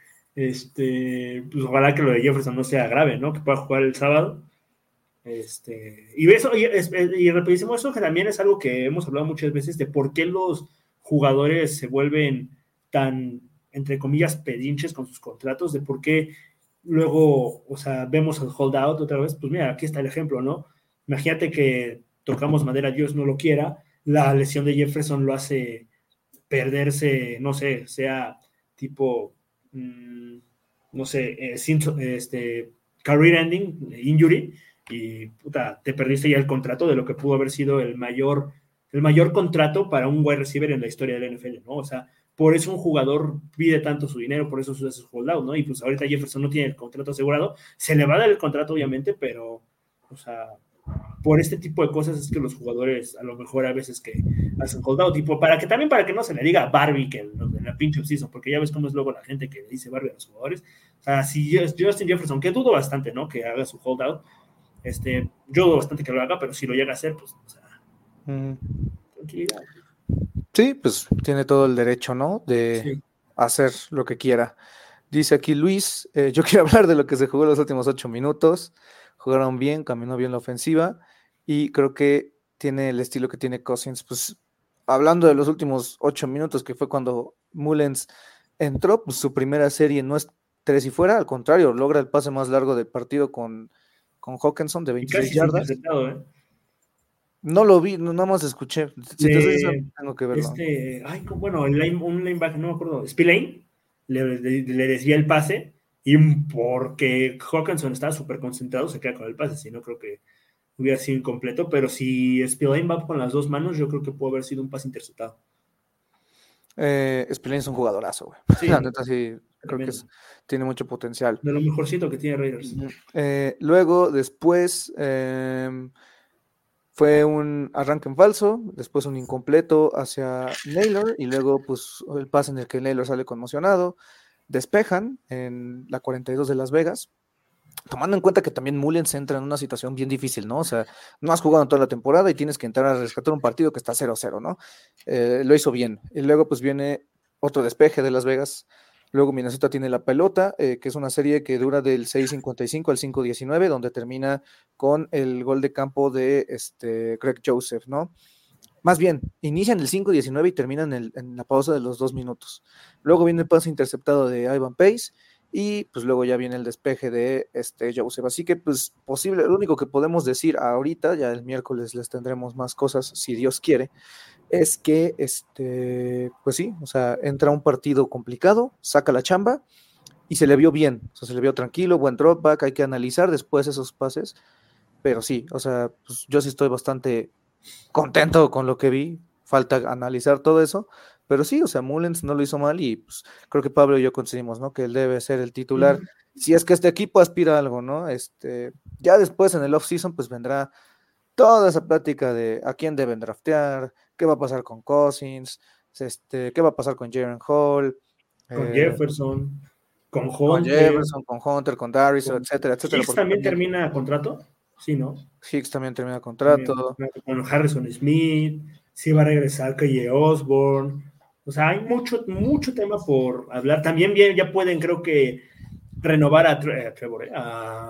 [SPEAKER 3] Este, pues ojalá que lo de Jefferson no sea grave, ¿no? Que pueda jugar el sábado. Este, y eso, y, y rapidísimo, eso que también es algo que hemos hablado muchas veces de por qué los jugadores se vuelven tan, entre comillas, pedinches con sus contratos, de por qué luego, o sea, vemos el holdout otra vez. Pues mira, aquí está el ejemplo, ¿no? Imagínate que tocamos madera, Dios no lo quiera, la lesión de Jefferson lo hace perderse, no sé, sea tipo, mmm, no sé, eh, este, career ending, injury, y puta, te perdiste ya el contrato de lo que pudo haber sido el mayor, el mayor contrato para un wide receiver en la historia de la N F L, ¿no? O sea, por eso un jugador pide tanto su dinero, por eso hace su holdout, ¿no? Y pues ahorita Jefferson no tiene el contrato asegurado, se le va a dar el contrato obviamente, pero, o sea, por este tipo de cosas es que los jugadores a lo mejor a veces que hacen holdout, tipo, para que también para que no se le diga Barbie que en la pinche season, porque ya ves cómo es luego la gente que le dice Barbie a los jugadores. O sea, si Justin Jefferson, que dudo bastante, ¿no? Que haga su holdout, este, yo dudo bastante que lo haga, pero si lo llega a hacer, pues, o sea, mm. tranquilidad.
[SPEAKER 2] Sí, pues tiene todo el derecho, ¿no? De sí. hacer lo que quiera. Dice aquí Luis, eh, yo quiero hablar de lo que se jugó en los últimos ocho minutos. Jugaron bien, caminó bien la ofensiva y creo que tiene el estilo que tiene Cousins. Pues hablando de los últimos ocho minutos, que fue cuando Mullens entró, pues su primera serie no es tres y fuera, al contrario, logra el pase más largo del partido con, con Hawkinson de veintiséis yardas. ¿Eh? No lo vi, no, nada más escuché. Si
[SPEAKER 3] le,
[SPEAKER 2] te eso, tengo que verlo.
[SPEAKER 3] Este, ay, bueno, el line, un linebacker, no me acuerdo, Spillane, le, le, le decía el pase. Y porque Hawkinson estaba súper concentrado, se queda con el pase, si no creo que hubiera sido incompleto, pero si Spillane va con las dos manos, yo creo que puede haber sido un pase interceptado.
[SPEAKER 2] Eh, Spillane es un jugadorazo, güey. Sí, la neta sí, creo que es, tiene mucho potencial.
[SPEAKER 3] De lo mejorcito que tiene Raiders.
[SPEAKER 2] Eh, luego, después, eh, fue un arranque en falso, después un incompleto hacia Naylor, y luego pues el pase en el que Naylor sale conmocionado. Despejan en la cuarenta y dos de Las Vegas, tomando en cuenta que también Mullens entra en una situación bien difícil, ¿no? O sea, no has jugado en toda la temporada y tienes que entrar a rescatar un partido que está cero cero, ¿no? Eh, lo hizo bien. Y luego pues viene otro despeje de Las Vegas. Luego Minnesota tiene la pelota, eh, que es una serie que dura del seis cincuenta y cinco al cinco diecinueve, donde termina con el gol de campo de este, Greg Joseph, ¿no? Más bien, inician el cinco diecinueve y terminan el, en la pausa de los dos minutos. Luego viene el pase interceptado de Ivan Pace y pues luego ya viene el despeje de este Joseph. Así que pues posible, lo único que podemos decir ahorita, ya el miércoles les tendremos más cosas si Dios quiere, es que este, pues sí, o sea, entra un partido complicado, saca la chamba y se le vio bien, o sea, se le vio tranquilo, buen dropback, hay que analizar después esos pases, pero sí, o sea, pues yo sí estoy bastante contento con lo que vi, falta analizar todo eso, pero sí, o sea, Mullens no lo hizo mal y pues creo que Pablo y yo coincidimos, ¿no? Que él debe ser el titular, uh-huh. Si es que este equipo aspira a algo, ¿no? Este, ya después en el off-season pues vendrá toda esa plática de a quién deben draftear, qué va a pasar con Cousins, este, qué va a pasar con Jaren Hall,
[SPEAKER 3] con eh, Jefferson, con Hunter,
[SPEAKER 2] con Jefferson, con Hunter, con Darius, con... etcétera, etcétera.
[SPEAKER 3] ¿Hicks también, también termina contrato? Sí, ¿no?
[SPEAKER 2] Hicks también termina contrato.
[SPEAKER 3] Con Harrison Smith, sí va a regresar K J Osborne. O sea, hay mucho, mucho tema por hablar. También bien, ya pueden, creo que, renovar a, Tre- a Trevor, ¿eh? a,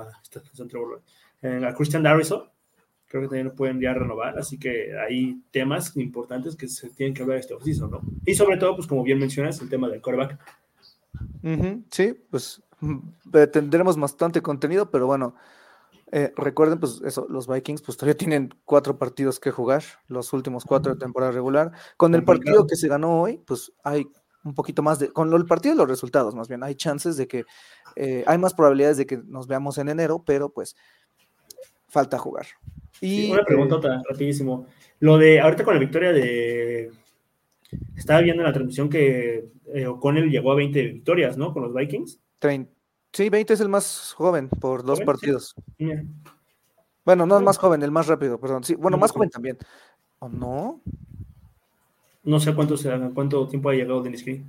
[SPEAKER 3] a, a Christian Darrisaw. Creo que también lo pueden ya renovar. Así que hay temas importantes que se tienen que hablar este offseason, ¿no? Y sobre todo, pues como bien mencionas, el tema del quarterback.
[SPEAKER 2] Uh-huh, sí, pues tendremos bastante contenido, pero bueno, Eh, recuerden, pues eso, los Vikings pues todavía tienen cuatro partidos que jugar, los últimos cuatro de temporada regular. Con el partido
[SPEAKER 3] Complicado.
[SPEAKER 2] que se ganó hoy, pues hay un poquito más de, con el partido y los resultados más bien, hay chances de que, eh, hay más probabilidades de que nos veamos en enero, pero pues falta jugar.
[SPEAKER 3] Sí,
[SPEAKER 2] Y
[SPEAKER 3] una pregunta
[SPEAKER 2] eh,
[SPEAKER 3] otra, rapidísimo. Lo de, ahorita con la victoria de, estaba viendo en la transmisión que eh, O'Connell llegó a veinte victorias, ¿no? Con los Vikings.
[SPEAKER 2] trein- sí, veinte es el más joven por dos
[SPEAKER 3] ¿Joven? Sí.
[SPEAKER 2] partidos.
[SPEAKER 3] Mira,
[SPEAKER 2] Bueno, no el
[SPEAKER 3] no,
[SPEAKER 2] más joven, el más rápido, perdón. Sí, bueno,
[SPEAKER 3] no,
[SPEAKER 2] más joven también. ¿O no?
[SPEAKER 3] no sé cuánto, sea, cuánto tiempo ha llegado Dennis Green.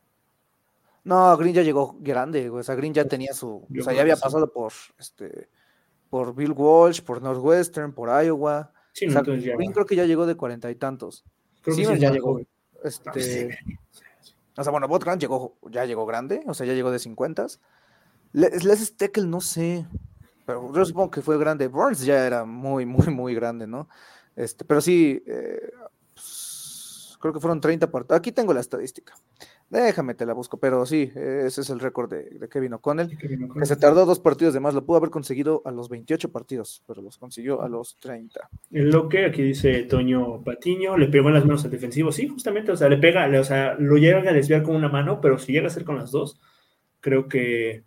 [SPEAKER 2] No, Green ya llegó grande, güey. O sea, Green ya tenía su, o
[SPEAKER 3] Yo
[SPEAKER 2] sea, ya
[SPEAKER 3] creo que
[SPEAKER 2] había
[SPEAKER 3] sí.
[SPEAKER 2] pasado por este, por Bill Walsh, por Northwestern, por Iowa.
[SPEAKER 3] Sí,
[SPEAKER 2] O
[SPEAKER 3] no,
[SPEAKER 2] sea,
[SPEAKER 3] entonces ya,
[SPEAKER 2] Green creo que ya llegó de cuarenta y tantos.
[SPEAKER 3] creo que sí
[SPEAKER 2] Simmons
[SPEAKER 3] es
[SPEAKER 2] ya
[SPEAKER 3] más
[SPEAKER 2] llegó.
[SPEAKER 3] joven. No, pues sí,
[SPEAKER 2] Este,
[SPEAKER 3] sí, sí.
[SPEAKER 2] o sea, bueno, Bot Grant llegó, ya llegó grande, o sea, ya llegó de cincuenta. Les, Les Steckel, no sé, pero yo supongo que fue grande. Burns ya era muy, muy, muy grande, ¿no? Este, pero sí, eh, pues, creo que fueron treinta partidos. Aquí tengo la estadística. Déjame, te la busco, pero sí, eh, ese es el récord de, de Kevin O'Connell,
[SPEAKER 3] Sí, que me
[SPEAKER 2] que
[SPEAKER 3] acuerdo.
[SPEAKER 2] se tardó dos partidos de más, lo pudo haber conseguido a los veintiocho partidos, pero los consiguió a los treinta.
[SPEAKER 3] El Loque, aquí dice Toño Patiño, le pegó en las manos al defensivo. Sí, justamente, o sea, le pega, le- o sea, lo llega a desviar con una mano, pero si llega a ser con las dos, creo que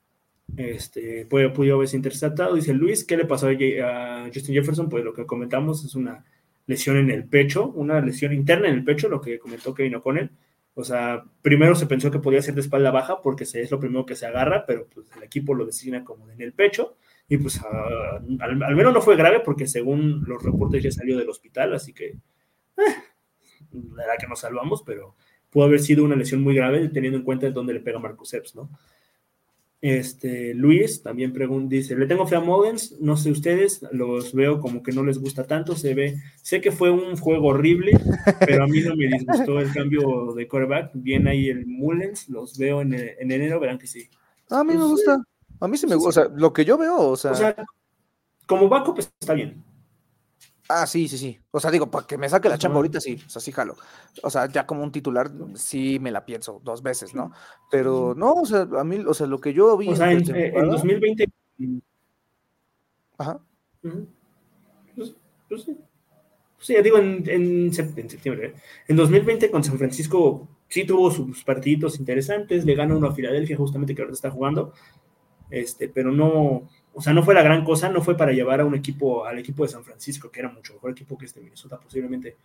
[SPEAKER 3] este, puede, pudo haberse interceptado. Dice Luis, ¿qué le pasó a, Ye- a Justin Jefferson? Pues lo que comentamos es una lesión en el pecho, una lesión interna en el pecho, lo que comentó Kevin O'Connell. O sea, primero se pensó que podía ser de espalda baja porque se, es lo primero que se agarra, pero pues el equipo lo designa como en el pecho. Y pues uh, al, al, menos no fue grave porque según los reportes ya salió del hospital, así que eh, la verdad que nos salvamos, pero pudo haber sido una lesión muy grave teniendo en cuenta dónde le pega Marcus Epps, ¿no? Este, Luis también pregunta, dice, le tengo fe a Mullens, no sé ustedes, los veo como que no les gusta tanto, se ve, sé que fue un juego horrible, pero a mí no me disgustó el cambio de quarterback, bien ahí el Mullens, los veo en, en enero, verán que sí.
[SPEAKER 2] A mí me
[SPEAKER 3] Pues,
[SPEAKER 2] gusta, a mí sí me
[SPEAKER 3] pues,
[SPEAKER 2] gusta, o
[SPEAKER 3] sí.
[SPEAKER 2] sea, lo que yo veo, o
[SPEAKER 3] O
[SPEAKER 2] sea,
[SPEAKER 3] sea, como backup está bien.
[SPEAKER 2] ah, sí, sí, sí, o sea, digo, para que me saque la chamba
[SPEAKER 3] Ajá.
[SPEAKER 2] ahorita, sí, o sea, sí jalo, o sea, ya como un titular, sí me la pienso dos veces, ¿no? Pero no, o sea, a mí, o sea, lo que yo vi
[SPEAKER 3] O
[SPEAKER 2] en
[SPEAKER 3] sea, en, en
[SPEAKER 2] pretemporada,
[SPEAKER 3] dos mil veinte,
[SPEAKER 2] ajá,
[SPEAKER 3] uh-huh. pues, pues, sí. Sí, ya digo, en, en, en septiembre. ¿eh? En dos mil veinte con San Francisco sí tuvo sus partiditos interesantes, le gana uno a Filadelfia justamente que ahora está jugando, este, pero no, o sea, no fue la gran cosa, no fue para llevar a un equipo, al equipo de San Francisco, que era mucho mejor equipo que este Minnesota posiblemente,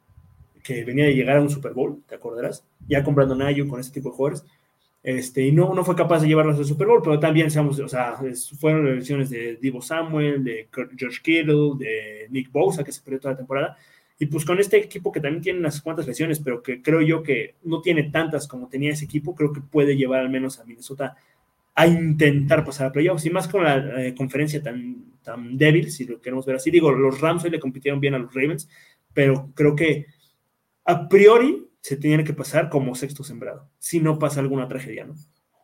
[SPEAKER 3] que venía de llegar a un Super Bowl, te acordarás, ya con Brandon Ayuk, con ese tipo de jugadores, este, y no, no fue capaz de llevarlos al Super Bowl, pero también, seamos, o sea, es, fueron elecciones de Deebo Samuel, de George Kittle, de Nick Bosa, que se perdió toda la temporada, y pues con este equipo que también tiene unas cuantas lesiones, pero que creo yo que no tiene tantas como tenía ese equipo, creo que puede llevar al menos a Minnesota a intentar pasar a playoffs, y más con la eh, conferencia tan, tan débil, si lo queremos ver así. Digo, los Rams hoy le compitieron bien a los Ravens, pero creo que a priori se tiene que pasar como sexto sembrado, si no pasa alguna tragedia, ¿no?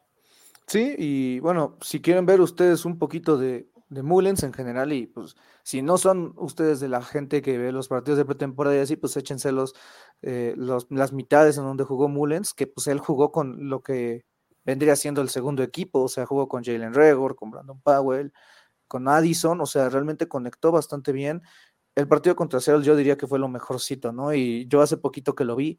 [SPEAKER 2] sí, y bueno, si quieren ver ustedes un poquito de, de Mullens en general, y pues si no son ustedes de la gente que ve los partidos de pretemporada y así, pues échense los, eh, los, las mitades en donde jugó Mullens, que pues él jugó con lo que vendría siendo el segundo equipo, o sea, jugó con Jalen Reagor, con Brandon Powell, con Addison, o sea, realmente conectó bastante bien. El partido contra Seattle yo diría que fue lo mejorcito, ¿no? Y yo hace poquito que lo vi,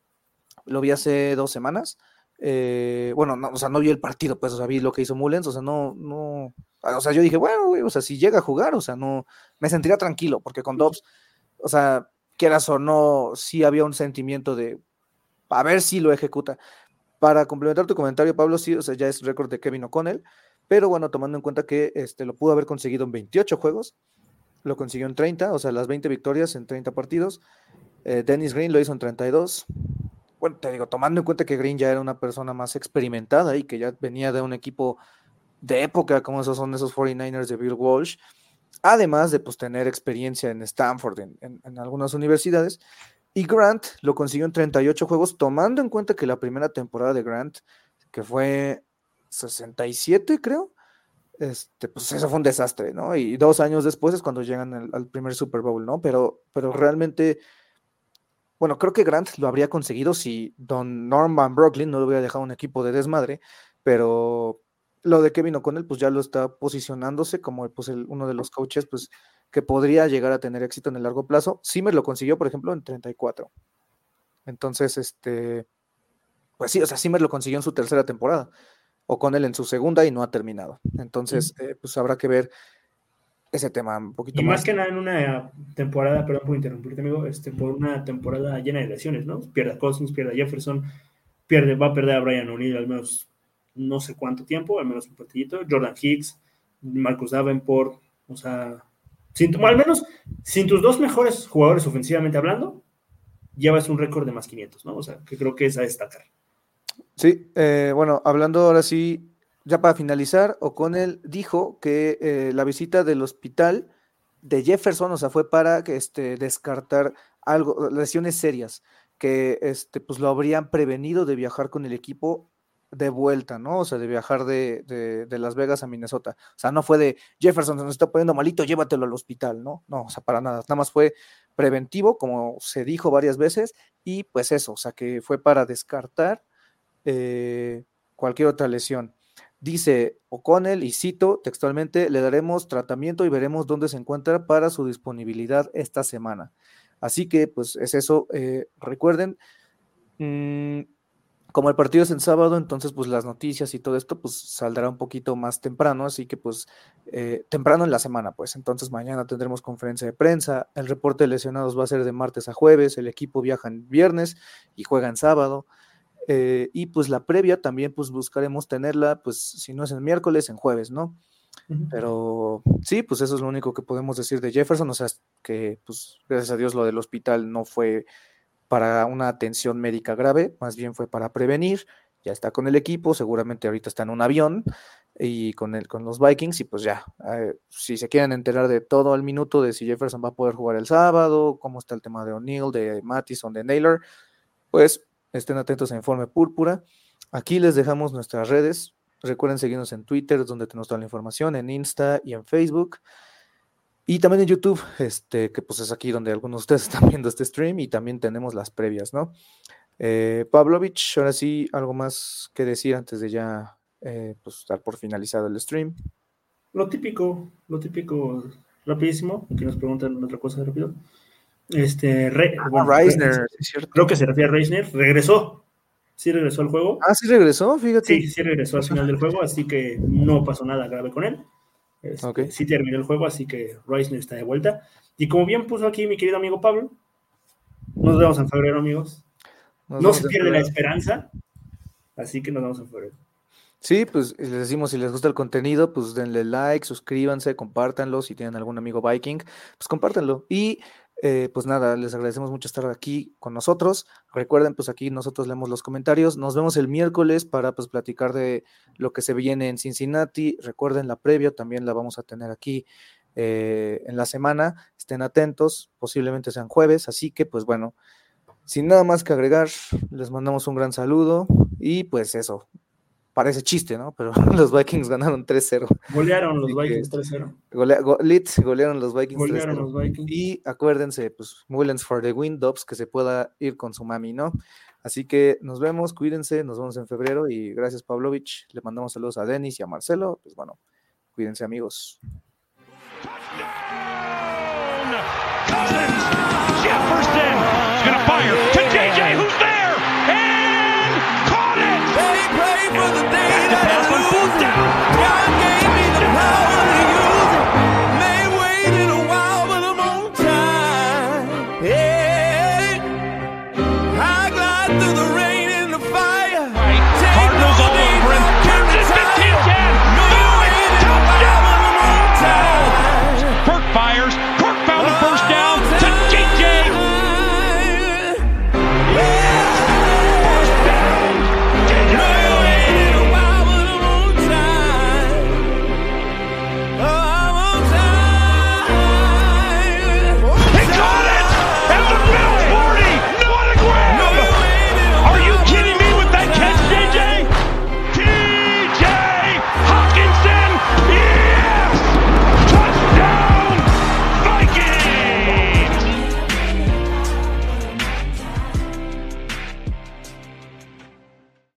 [SPEAKER 2] lo vi hace dos semanas. Eh, bueno, no, o sea, no vi el partido, pues, o sea, vi lo que hizo Mullens, o sea, no, no, o sea, yo dije, bueno, güey, o sea, si llega a jugar, o sea, no, me sentiría tranquilo, porque con Dobbs, o sea, quieras o no, sí había un sentimiento de, a ver si lo ejecuta. Para complementar tu comentario, Pablo, sí, o sea, ya es récord de Kevin O'Connell, pero bueno, tomando en cuenta que este, lo pudo haber conseguido en veintiocho juegos, lo consiguió en treinta, o sea, las veinte victorias en treinta partidos. Eh, Dennis Green lo hizo en treinta y dos. Bueno, te digo, tomando en cuenta que Green ya era una persona más experimentada y que ya venía de un equipo de época, como esos son esos cuarenta y nueve ers de Bill Walsh, además de pues, tener experiencia en Stanford, en, en, en algunas universidades, y Grant lo consiguió en treinta y ocho juegos, tomando en cuenta que la primera temporada de Grant, que fue sesenta y siete, creo, este, pues eso fue un desastre, ¿no? Y dos años después es cuando llegan al, al primer Super Bowl, ¿no? Pero, pero realmente, bueno, creo que Grant lo habría conseguido si Don Norman Brooklyn no le hubiera dejado un equipo de desmadre, pero lo de Kevin O'Connell, pues ya lo está posicionándose como pues, el, uno de los coaches pues, que podría llegar a tener éxito en el largo plazo. Zimmer lo consiguió, por ejemplo, en treinta y cuatro. Entonces, este, pues sí, o sea, Zimmer lo consiguió en su tercera temporada, O'Connell en su segunda y no ha terminado. Entonces, uh-huh. eh, pues habrá que ver ese tema un poquito
[SPEAKER 3] y
[SPEAKER 2] más.
[SPEAKER 3] más que nada en una temporada, perdón por interrumpirte, amigo, este, por una temporada llena de lesiones, ¿no? Pierde a Cousins, pierde a Jefferson, pierde, va a perder a Brian O'Neill al menos no sé cuánto tiempo, al menos un partidito, Jordan Hicks, Marcus Davenport, o sea, sin, al menos sin tus dos mejores jugadores ofensivamente hablando, llevas un récord de más quinientos, ¿no? O sea, que creo que es a destacar.
[SPEAKER 2] Sí, eh, bueno, hablando ahora sí, ya para finalizar, O'Connell dijo que eh, la visita del hospital de Jefferson, o sea, fue para que, este, descartar algo, lesiones serias, que este, pues lo habrían prevenido de viajar con el equipo de vuelta, ¿no? O sea, de viajar de, de, de Las Vegas a Minnesota. O sea, no fue de Jefferson se nos está poniendo malito, llévatelo al hospital, ¿no? No, o sea, para nada. Nada más fue preventivo, como se dijo varias veces, y pues eso, o sea, que fue para descartar eh, cualquier otra lesión. Dice O'Connell, y cito textualmente, le daremos tratamiento y veremos dónde se encuentra para su disponibilidad esta semana. Así que, pues, es eso. Eh, recuerden, mmm, como el partido es el sábado, entonces, pues, las noticias y todo esto, pues, saldrá un poquito más temprano, así que, pues, eh, temprano en la semana, pues. Entonces, mañana tendremos conferencia de prensa, el reporte de lesionados va a ser de martes a jueves, el equipo viaja en viernes y juega en sábado. Eh, y pues la previa también pues buscaremos tenerla, pues si no es el miércoles, en jueves, ¿no? Uh-huh. Pero sí, pues eso es lo único que podemos decir de Jefferson, o sea, que pues gracias a Dios lo del hospital no fue para una atención médica grave, más bien fue para prevenir, ya está con el equipo, seguramente ahorita está en un avión y con, el, con los Vikings y pues ya, eh, si se quieren enterar de todo al minuto de si Jefferson va a poder jugar el sábado, cómo está el tema de O'Neill, de Mattison, de Naylor, pues estén atentos a Informe Púrpura. Aquí les dejamos nuestras redes. Recuerden seguirnos en Twitter, donde tenemos toda la información, en Insta y en Facebook. Y también en YouTube, este, que pues es aquí donde algunos de ustedes están viendo este stream y también tenemos las previas, ¿no? Eh, Pavlovich, ahora sí, algo más que decir antes de ya eh, pues, dar por finalizado el stream.
[SPEAKER 3] Lo típico, lo típico, rapidísimo, aquí nos preguntan otra cosa rápido. Este, Re,
[SPEAKER 2] ah,
[SPEAKER 3] bueno,
[SPEAKER 2] Reisner,
[SPEAKER 3] Re,
[SPEAKER 2] es cierto.
[SPEAKER 3] Creo que se refiere a Reisner, regresó, sí regresó al juego.
[SPEAKER 2] Ah, sí regresó, fíjate.
[SPEAKER 3] Sí, sí regresó al final del juego, así que no pasó nada grave con él. Este, okay. Sí terminó el juego, así que Reisner está de vuelta. Y como bien puso aquí mi querido amigo Pablo, nos vemos en febrero, amigos. Nos no se pierde la esperanza, así que nos vemos en febrero.
[SPEAKER 2] Sí, pues les decimos, si les gusta el contenido, pues denle like, suscríbanse, compártanlo, si tienen algún amigo Viking, pues compártanlo. Y eh, pues nada, les agradecemos mucho estar aquí con nosotros. Recuerden, pues aquí nosotros leemos los comentarios. Nos vemos el miércoles para pues platicar de lo que se viene en Cincinnati. Recuerden, la previa también la vamos a tener aquí eh, en la semana. Estén atentos, posiblemente sean jueves, así que pues bueno, sin nada más que agregar, les mandamos un gran saludo y pues eso. Parece chiste, ¿no? Pero los Vikings ganaron tres cero.
[SPEAKER 3] Golearon los Vikings tres cero.
[SPEAKER 2] Golea, go, Leeds golearon los Vikings
[SPEAKER 3] golearon
[SPEAKER 2] tres cero.
[SPEAKER 3] Los Vikings.
[SPEAKER 2] Y acuérdense, pues, Mullens for the win, Dobbs, que se pueda ir con su mami, ¿no? Así que nos vemos, cuídense, nos vemos en febrero y gracias, Pavlovich. Le mandamos saludos a Denis y a Marcelo. Pues bueno, cuídense, amigos. Touchdown! Jefferson is gonna fire to J J.